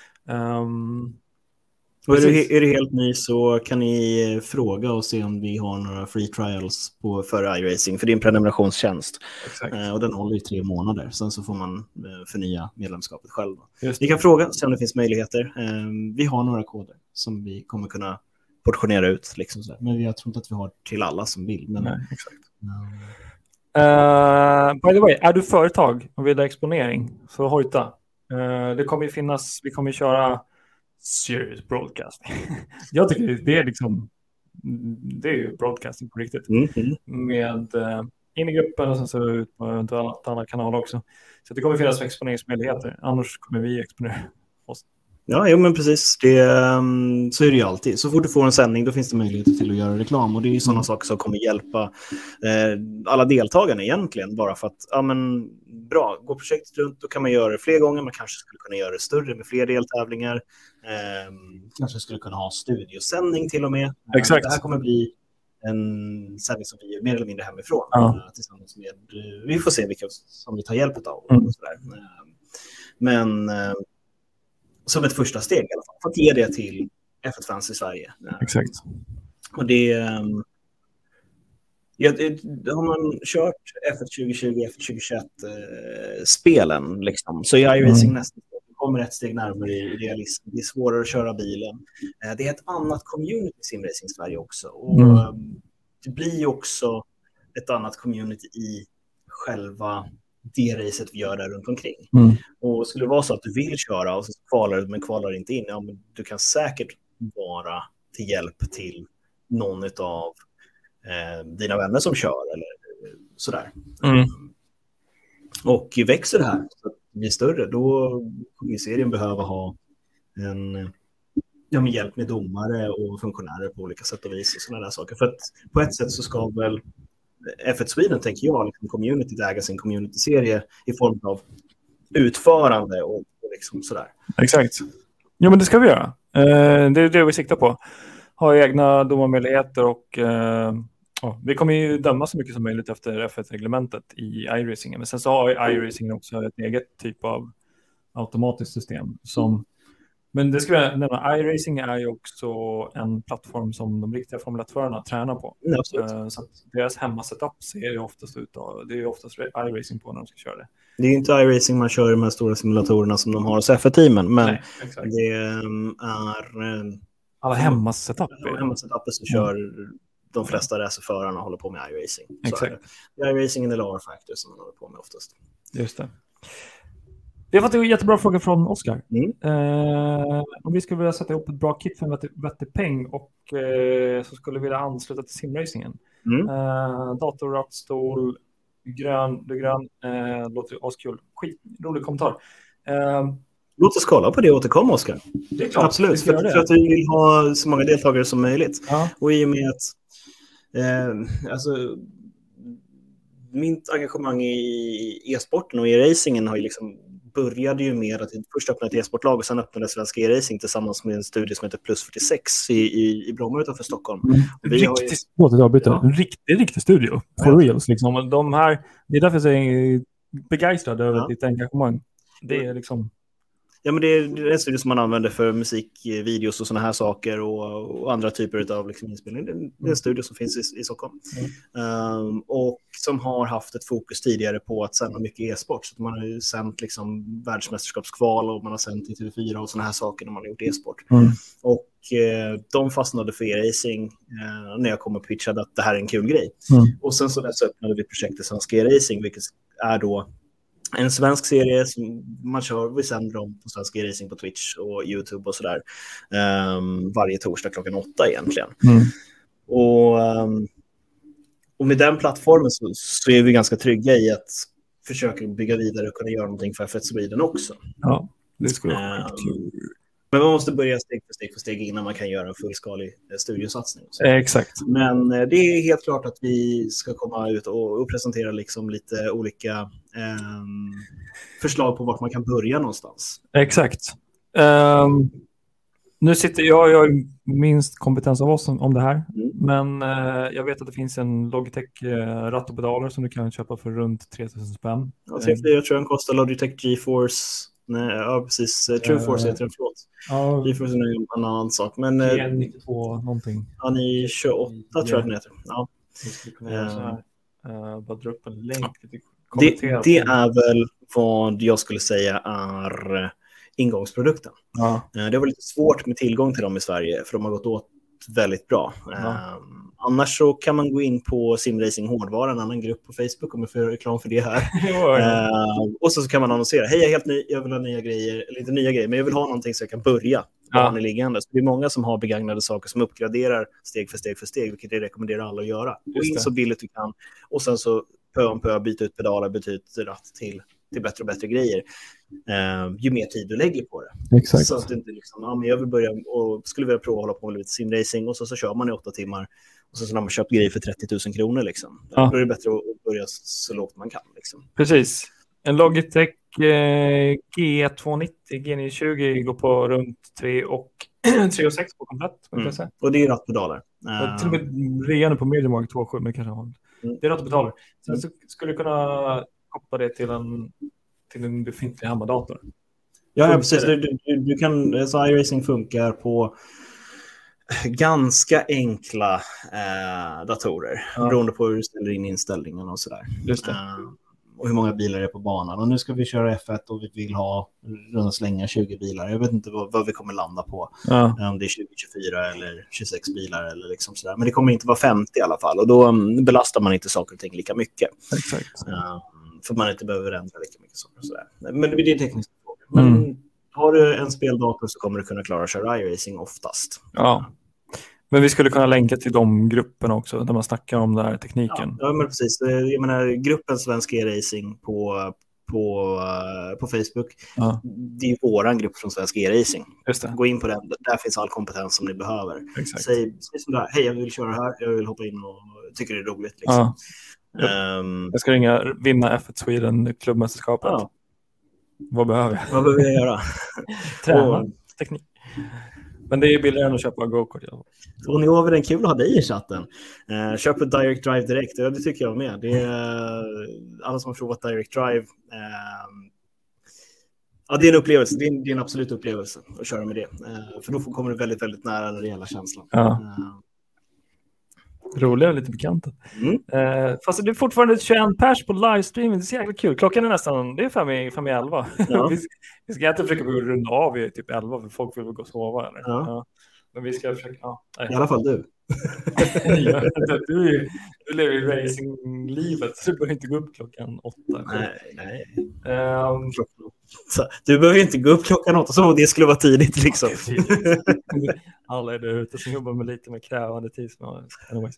Um, Och är, Precis. det, är det helt ny så kan ni fråga och se om vi har några free trials på, för iRacing. För det är en prenumerationstjänst. exakt. Eh, och den håller i tre månader. Sen så får man eh, förnya medlemskapet själv. Just Ni det. kan fråga och se om det finns möjligheter. Eh, vi har några koder som vi kommer kunna portionera ut. Liksom så. Men jag tror inte att vi har till alla som vill. Men, Nej, exakt. eh, Uh, by the way, är du företag och vill ha exponering så hojta. Uh, det kommer ju finnas, vi kommer ju köra serious broadcasting. Jag tycker det är liksom, det är ju broadcasting på riktigt. mm, mm. Med uh, in i gruppen och sen så ut på eventuellt andra kanaler också. Så det kommer finnas exponeringsmöjligheter. Annars kommer vi exponera oss. Ja, jo, men precis. Det, um, så är det ju alltid. Så fort du får en sändning då finns det möjligheter till att göra reklam. Och det är ju sådana Mm. saker som kommer hjälpa eh, alla deltagarna egentligen. Bara för att, ja men bra, går projektet runt då kan man göra det fler gånger. Man kanske skulle kunna göra det större med fler deltävlingar. Eh, kanske skulle kunna ha studiosändning till och med. Exakt. Det här kommer bli en sändning som vi gör mer eller mindre hemifrån. Ja. eh, Tillsammans med, eh, vi får se vilka som vi tar hjälp av. Mm. Och sådär. Eh, men... Eh, som ett första steg i alla fall. För att ge det till F ett-fans i Sverige. Exakt. Och det... Um, Ja, det, har man kört F ett tjugo tjugo, F ett tjugo tjugoett-spelen, eh, liksom, så är iRacing mm. nästan kommer ett steg närmare i realism. Det är svårare att köra bilen. Eh, det är ett annat community i simracing i Sverige också. Och mm. eh, det blir också ett annat community i själva det racet vi gör där runt omkring. Mm. Och skulle det vara så att du vill köra och så kvalar du men kvalar inte in, ja, men du kan säkert vara till hjälp till någon av eh, dina vänner som kör eller sådär. Mm. Och växer det här så att det blir större, då kommer serien behöva ha en ja, med hjälp med domare och funktionärer på olika sätt och vis och sådana där saker. För att på ett sätt så ska väl F ett Sweden, tänker jag, liksom community äga sin community-serie i form av utförande och, och liksom sådär. Exakt. Ja, men det ska vi göra. Eh, det är det vi siktar på. Ha egna domarmöjligheter och eh, oh, vi kommer ju döma så mycket som möjligt efter F ett-reglementet i iRacing. Men sen så har iRacing också ett eget typ av automatiskt system som. Men det ska jag nämna, iRacing är ju också en plattform som de riktiga formulatörerna tränar på. Ja, så att deras hemmasetup ser ju oftast ut av, det är ju oftast iRacing på när de ska köra det. Det är ju inte iRacing man kör i de här stora simulatorerna som de har hos F ett-teamen, men nej, det är... Alla hemmasetup. Alla hemmasetup som kör mm. de flesta racerförarna håller på med iRacing. Exakt. Det är iRacing and the lower factor som man håller på med oftast. Just det. Vi har fått en jättebra fråga från Oskar. Mm. Eh, om vi skulle vilja sätta ihop ett bra kit för en vettig peng och eh, så skulle vi vilja ansluta till simracingen. Mm. Eh, dator, rattstol, grön, det grön, eh, låter askul. Skit, rolig kommentar. Eh, Låt oss kolla på det och återkomma, Oskar. Det är klart. Absolut, för, för att vi vill ha så många deltagare som möjligt. Ja. Och i och med att eh, alltså, mitt engagemang i e-sporten och i racingen har ju liksom började ju med att först öppna ett e-sportlag och sen öppnade Svenska e-racing tillsammans med en studie som heter Plus fyrtiosex i, i, i Bromma utanför Stockholm. Mm. Riktigt, ju... ja. En riktig, riktig studio. For ja. reals, liksom. De här, det är därför jag är begeistrad över ja. ditt engagemang. Det är liksom... Ja, men det är en studio som man använder för musikvideos och såna här saker och, och andra typer av liksom inspelning. Det är en mm. studio som finns i, i Stockholm. Mm. Um, och som har haft ett fokus tidigare på att sända mycket e-sport. Så man har ju sänt liksom världsmästerskapskval och man har sänt i T V fyra och såna här saker när man har gjort e-sport. Mm. Och eh, de fastnade för e-racing eh, när jag kom och pitchade att det här är en kul grej. Mm. Och sen så dess öppnade vi projektet Svenska e-racing, vilket är då en svensk serie som man kör, vi sänder dem på Svenska e-racing på Twitch och YouTube och sådär. Um, varje torsdag klockan åtta egentligen. Mm. Och, um, och med den plattformen så, så är vi ganska trygga i att försöka bygga vidare och kunna göra någonting för F ett Sweden också. Ja, det skulle vara um, Men man måste börja steg för steg för steg innan man kan göra en fullskalig studiosatsning. Eh, exakt. Men det är helt klart att vi ska komma ut och, och presentera liksom lite olika eh, förslag på vart man kan börja någonstans. Exakt. Um, nu sitter jag, jag har minst kompetens av oss om, om det här. Mm. Men uh, jag vet att det finns en Logitech uh, ratt och pedaler som du kan köpa för runt tre tusen spänn. Ja, tre fyra tror jag den kostar. Logitech GeForce. Nej, ja, precis. True Force heter den, förlåt. Ja, GeForce är en annan sak. Men G nittiotvå någonting. Ja, ni tjugoåtta ja. tror jag den heter. Ja. Jag skulle kunna göra så här. Uh, bara dra upp en länk. Det, det är väl vad jag skulle säga är ingångsprodukten. Ja. Det var lite svårt med tillgång till dem i Sverige för de har gått åt väldigt bra. Ja. Um, annars så kan man gå in på Simracing Hårdvara, en annan grupp på Facebook om jag får reklam för det här. ja, ja. Uh, och så, så kan man annonsera. Hej, jag är helt ny, jag vill ha nya grejer, eller inte nya grejer, men jag vill ha någonting så jag kan börja. Ja. Liggande. Så det är många som har begagnade saker som uppgraderar steg för steg för steg, vilket jag rekommenderar alla att göra. Gå in så billigt du kan och sen så pö om pö byta ut pedaler, byta ut ratt till, till bättre och bättre grejer. Uh, ju mer tid du lägger på det. Exakt. Så att det inte liksom, ja, men jag vill börja och skulle vilja prova att hålla på med lite simracing och så, så kör man i åtta timmar och så, så har man köpt grejer för trettio tusen kronor liksom. Ja. Då är det bättre att börja så lågt man kan liksom. Precis. En Logitech eh, G tvåhundranittio, G niohundratjugo går på runt tre och sex på komplett. Mm. Och det är rattpedaler. Uh, till och med redan på MediaMark två komma sju, men kanske har. Mm. Det är rattpedaler. Sen så skulle du kunna koppla det till en, till en befintlig hemmadator. Ja, ja precis. Du, du, du kan, så iRacing funkar på ganska enkla eh, datorer. Ja. Beroende på hur du ställer in inställningen och sådär. Just det. Eh, och hur många bilar är på banan. Och nu ska vi köra F ett och vi vill ha runt slänga tjugo bilar. Jag vet inte vad, vad vi kommer landa på. Ja. Om det är tjugo, tjugofyra eller tjugosex bilar eller liksom sådär. Men det kommer inte vara femtio i alla fall. Och då um, belastar man inte saker och ting lika mycket. Exakt. Uh, för man inte behöver ändra lika mycket saker och sådär. Men det är tekniska frågor. Men Mm. har du en speldator så kommer du kunna klara att köra iRacing oftast. Ja. Men vi skulle kunna länka till de grupperna också där man snackar om den här tekniken. Ja, ja men precis. Jag menar, gruppen Svensk e-racing på, på, på Facebook, Ja. det är ju våran grupp från Svensk e-racing. Just det. Gå in på den, där finns all kompetens som ni behöver. Exakt. Säg, säg som där, hej jag vill köra här, jag vill hoppa in och tycker det är roligt. Liksom. Ja. Um, Jag ska ringa, vinna F ett Sweden klubbmästerskapet. Ja. Vad behöver jag? Vad behöver jag göra? Träna, och, teknik. Men det är billigare än att köpa go-kart. Ja. Tony Over, en kul att ha dig i chatten. Uh, köp ett Direct Drive direkt, ja, det tycker jag med. Det är, uh, alla som har provat Direct Drive, uh, ja, det är en upplevelse. Det är en, det är en absolut upplevelse att köra med det. Uh, för då kommer du väldigt, väldigt nära den reella känslan. Ja. Uh, Roliga och lite bekanta. Mm. Eh, fast det är fortfarande tjugoen pers på livestreamen. Det är så jäkla kul. Klockan är nästan, det är fem i, fem i elva. Ja. vi, vi ska inte försöka runda av i typ elva för folk vill gå och sova. Eller? Ja. Ja. Men vi ska försöka, ja. I alla fall du. ja, du, du lever ju racinglivet så du behöver inte gå upp klockan åtta. Nej, nej. Um, Så, du behöver inte gå upp klockan åtta som om det skulle vara tidigt liksom. Alla är där ute som jobbar med lite mer krävande tidsmål. Anyways.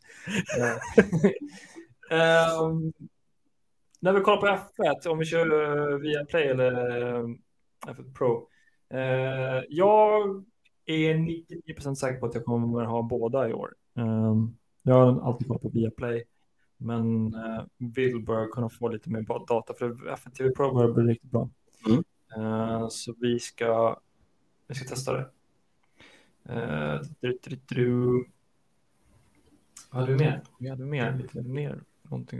um, när vi kollar på F ett, om vi kör via Play eller F ett Pro. Uh, jag är nittionio procent säker på att jag kommer ha båda i år. Um, jag har alltid kollat på via Play. Men uh, vill börja kunna få lite mer data för F ett T V Pro börjar bli riktigt bra. Mm. Uh, så vi ska vi ska testa det. Uh, du, du, du. Vad hade vi mer? Vi hade mer, lite mer någonting.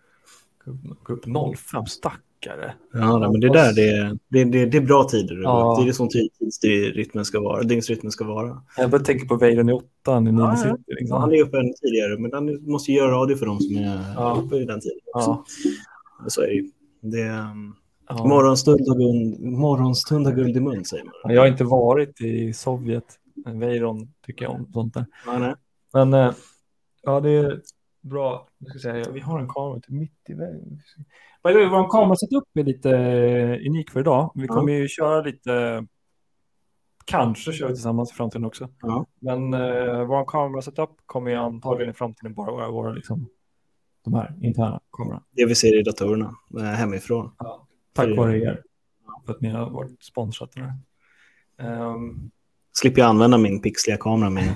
Gå upp noll fem stackare. Ja, nej, men det där det, det, det, det är bra tider. Ja. Det är det som tidsrytmen ska vara. Dygnsrytmen ska vara. Jag bara tänker på Veyron i åttan i nio Ja, City. ja. Liksom. Han är uppe än tidigare, men han måste göra radio för dem som är Ja. uppe i den tiden. Ja. Så är det ju. Det är, um, Ja. morgonstund, har guld, morgonstund har guld i mun, säger man. Jag har inte varit i Sovjet. Veyron tycker jag om sånt där. Ja, nej. Men uh, ja, det är bra. Jag ska säga, vi har en kamera till mitt i vägen. Vår kamera satt upp är lite unik för idag. Vi kommer ju köra lite, kanske köra tillsammans i framtiden också. Ja. Men uh, vår kamera satt upp kommer ju antagligen i framtiden bara vara våra liksom, de här interna kamerorna. Det vi ser i datorerna äh, hemifrån. Ja. Tack vare er för att ni har varit sponsrat den här. Um, Slipper jag använda min pixliga kamera med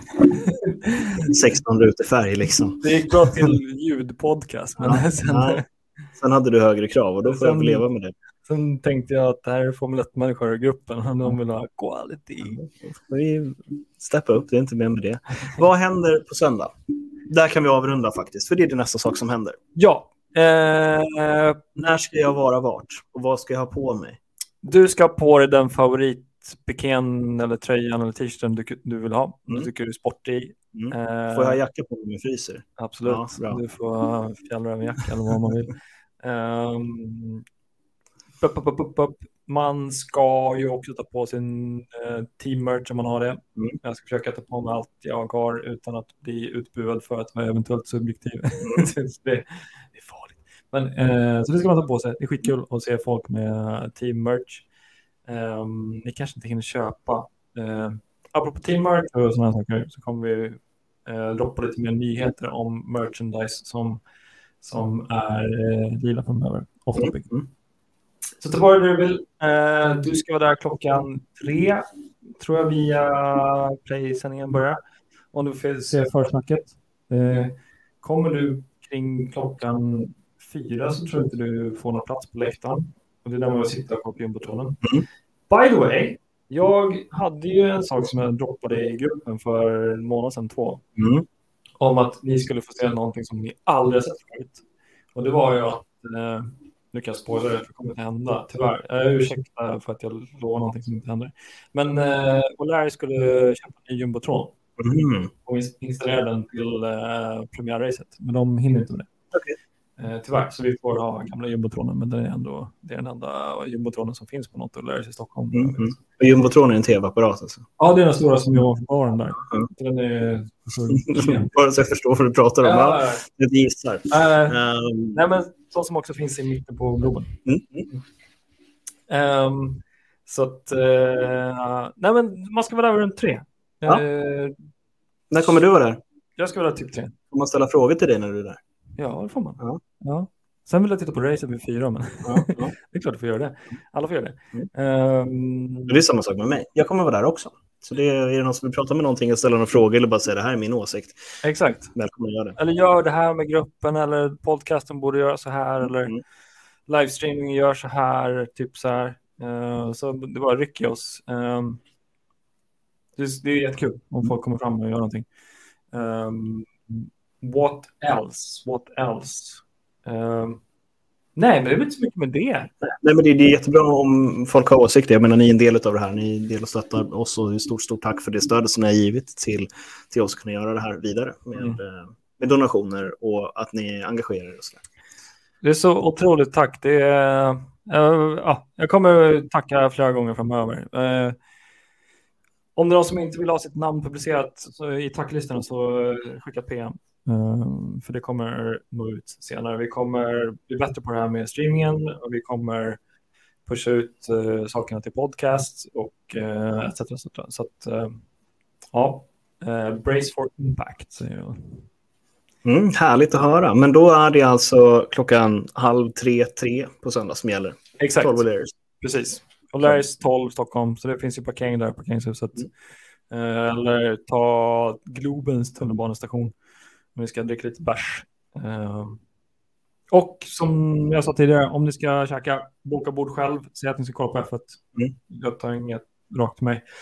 sexton rutor färg liksom. Det gick bra till ljudpodcast, men ja, sen, ja. sen hade du högre krav och då får sen, jag leva med det. Sen tänkte jag att det här är Formel ett-människor i gruppen och de vill ha quality. Vi steppa upp, det är inte mer med det. Vad händer på söndag? Där kan vi avrunda faktiskt, för det är det nästa sak som händer. Ja. Eh, När ska jag vara vart? Och vad ska jag ha på mig? Du ska ha på dig den favoritpiken eller tröjan eller t-shirten du, du vill ha. Mm. Du tycker du är sportig. Mm. Eh, Får jag ha jacka på mig med fryser? Absolut. Ja, du får fjällra med jacka eller vad man vill. Um, upp, upp, upp, upp. Man ska ju också ta på sin uh, team-merch om man har det. Mm. Jag ska försöka ta på mig allt jag har utan att bli utbuad för att vara eventuellt subjektiv. Mm. det, det är farligt. Men, uh, så det ska man ta på sig. Det är skitkul att se folk med team-merch. Um, ni kanske inte hinner köpa. Uh, apropå team-merch och sådana saker så kommer vi uh, droppa lite mer nyheter om merchandise som, som är uh, lila framöver. Ofta Mm. Mm. Så ta på dig det du vill. Uh, du ska vara där klockan tre. Tror jag via Play-sändningen börjar. Om du vill se försnacket. Uh, kommer du kring klockan fyra så tror jag inte du får någon plats på läktaren. Och det är där man vill sitta och koppla in på tråden. Mm. By the way, jag hade ju en sak som jag droppade i gruppen för en månad sedan, två. Mm. Om att ni skulle få se någonting som ni aldrig har sett förut. Och det var ju att, eh, nu kan jag spoila det för det kommer inte hända, tyvärr. Jag är ursäkta för att jag lovar någonting som inte händer. Men eh, Larry skulle köpa en ny jumbotron. Mm. och installera den till uh, premiärracet. Men de hinner inte med det. Okay. Uh, tyvärr, så vi får ha gamla jumbotronen, men det är ändå det är den enda jumbotronen som finns på något och lära sig i Stockholm. Mm. Och jumbotron är en tv-apparat alltså? Ja, det är den stora som jag har på baren där. Mm. Den är... Bara så jag förstår vad du pratar om. Ja, ja. Jag gissar. Uh, um, nej, men sånt som också finns i mitten på Globen. Mm. Um, så att... Uh, nej, men man ska vara där runt tre. Ja. Uh, när kommer du vara där? Jag ska vara där typ tre. Får man ställa frågor till dig när du är där? Ja, det får man. Ja. Ja. Sen vill jag titta på racet vid fyra, men ja, ja. det är klart att får göra det. Alla får göra det. Mm. Um... Det är samma sak med mig. Jag kommer vara där också. Så det är, är det någon som vill prata med någonting och ställa några frågor eller bara säga det här är min åsikt. Exakt. Välkommen att göra det. Eller gör det här med gruppen, eller podcasten borde göra så här, mm. eller livestreaming gör så här, typ så här. Uh, så det var rycker oss. Um, det, det är jättekul om folk kommer fram och gör någonting. Um, what else? What else? Um, nej, men det är inte så mycket med det. Nej, men det, det är jättebra om folk har åsikter. Jag menar, ni är en del av det här. Ni är en del och stöttar oss och stort, stort tack för det stödet som ni har givit till, till oss att kunna göra det här vidare med, mm. med donationer och att ni engagerar er och så där. Det är så otroligt tack. Det är, uh, ja, jag kommer tacka flera gånger framöver. Uh, om det är någon som inte vill ha sitt namn publicerat så i tacklistorna så uh, skicka P M. Uh, för det kommer nå ut senare. Vi kommer bli bättre på det här med streamingen och vi kommer pusha ut uh, sakerna till podcast och uh, et cetera et cetera. Så att, uh, ja, uh, brace for impact. Så, ja. Mm, härligt att höra. Men då är det alltså klockan halv tre, tre på söndag som gäller. Exakt. tolv O'Learys. Precis. O'Learys tolv Stockholm, så det finns ju parkering där, parkeringshuset. Mm. Uh, eller ta Globens tunnelbanestation. Om ni ska dricka lite bärs. Uh, och som jag sa tidigare, om ni ska käka, boka bord själv, säg att ni ska kolla på F ett. Mm. Jag tar inget rakt till mig.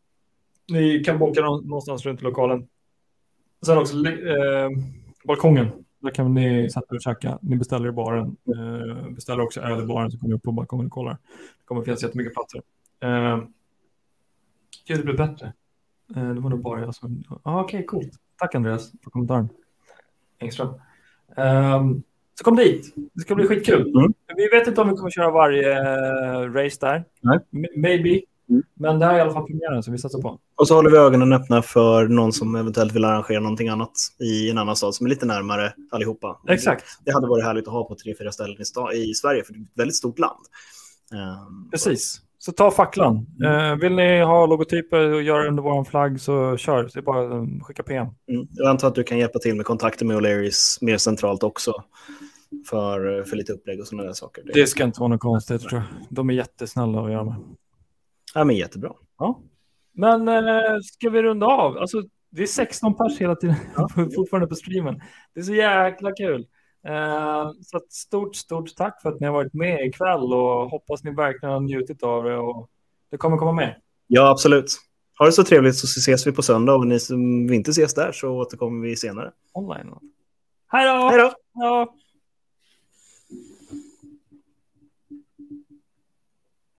Ni kan boka någonstans runt lokalen. Sen också uh, balkongen. Där kan ni sätta och käka. Ni beställer i baren. Uh, beställer också öl i baren så kommer ni upp på balkongen och kollar. Det kommer finnas jättemycket platser. Uh, Gud, det blir bättre. Uh, det var nog bara jag som... Ah, okej, okay, coolt. Tack Andreas för kommentaren. Engström. Um, så kom dit. Det ska bli skitkul. Mm. Vi vet inte om vi kommer köra varje uh, race där. Nej. M- maybe. Mm. Men det här är i alla fall premiären som vi satsar på. Och så håller vi ögonen öppna för någon som eventuellt vill arrangera någonting annat i en annan stad som är lite närmare allihopa. Exakt. Det hade varit härligt att ha på tre, fyra ställen i, sta- i Sverige för det är ett väldigt stort land. Um, Precis. Så ta facklan. Mm. Uh, vill ni ha logotyper och göra under vår flagg så kör. Det är bara att skicka P M. Mm. Jag antar att du kan hjälpa till med kontakter med O'Learys mer centralt också. För, för lite upplägg och sådana där saker. Det, det ska inte vara något konstigt, tror jag. De är jättesnälla att göra med. Ja, men jättebra. Ja. Men uh, ska vi runda av? Alltså, det är sexton pers hela tiden ja. fortfarande på streamen. Det är så jäkla kul. Uh, så ett stort, stort tack för att ni har varit med ikväll och hoppas ni verkligen har njutit av det och det kommer komma med. Ja, absolut. Ha det så trevligt så ses vi på söndag och ni som inte ses där så återkommer vi senare. Online. Hej då! Hej då! Ja.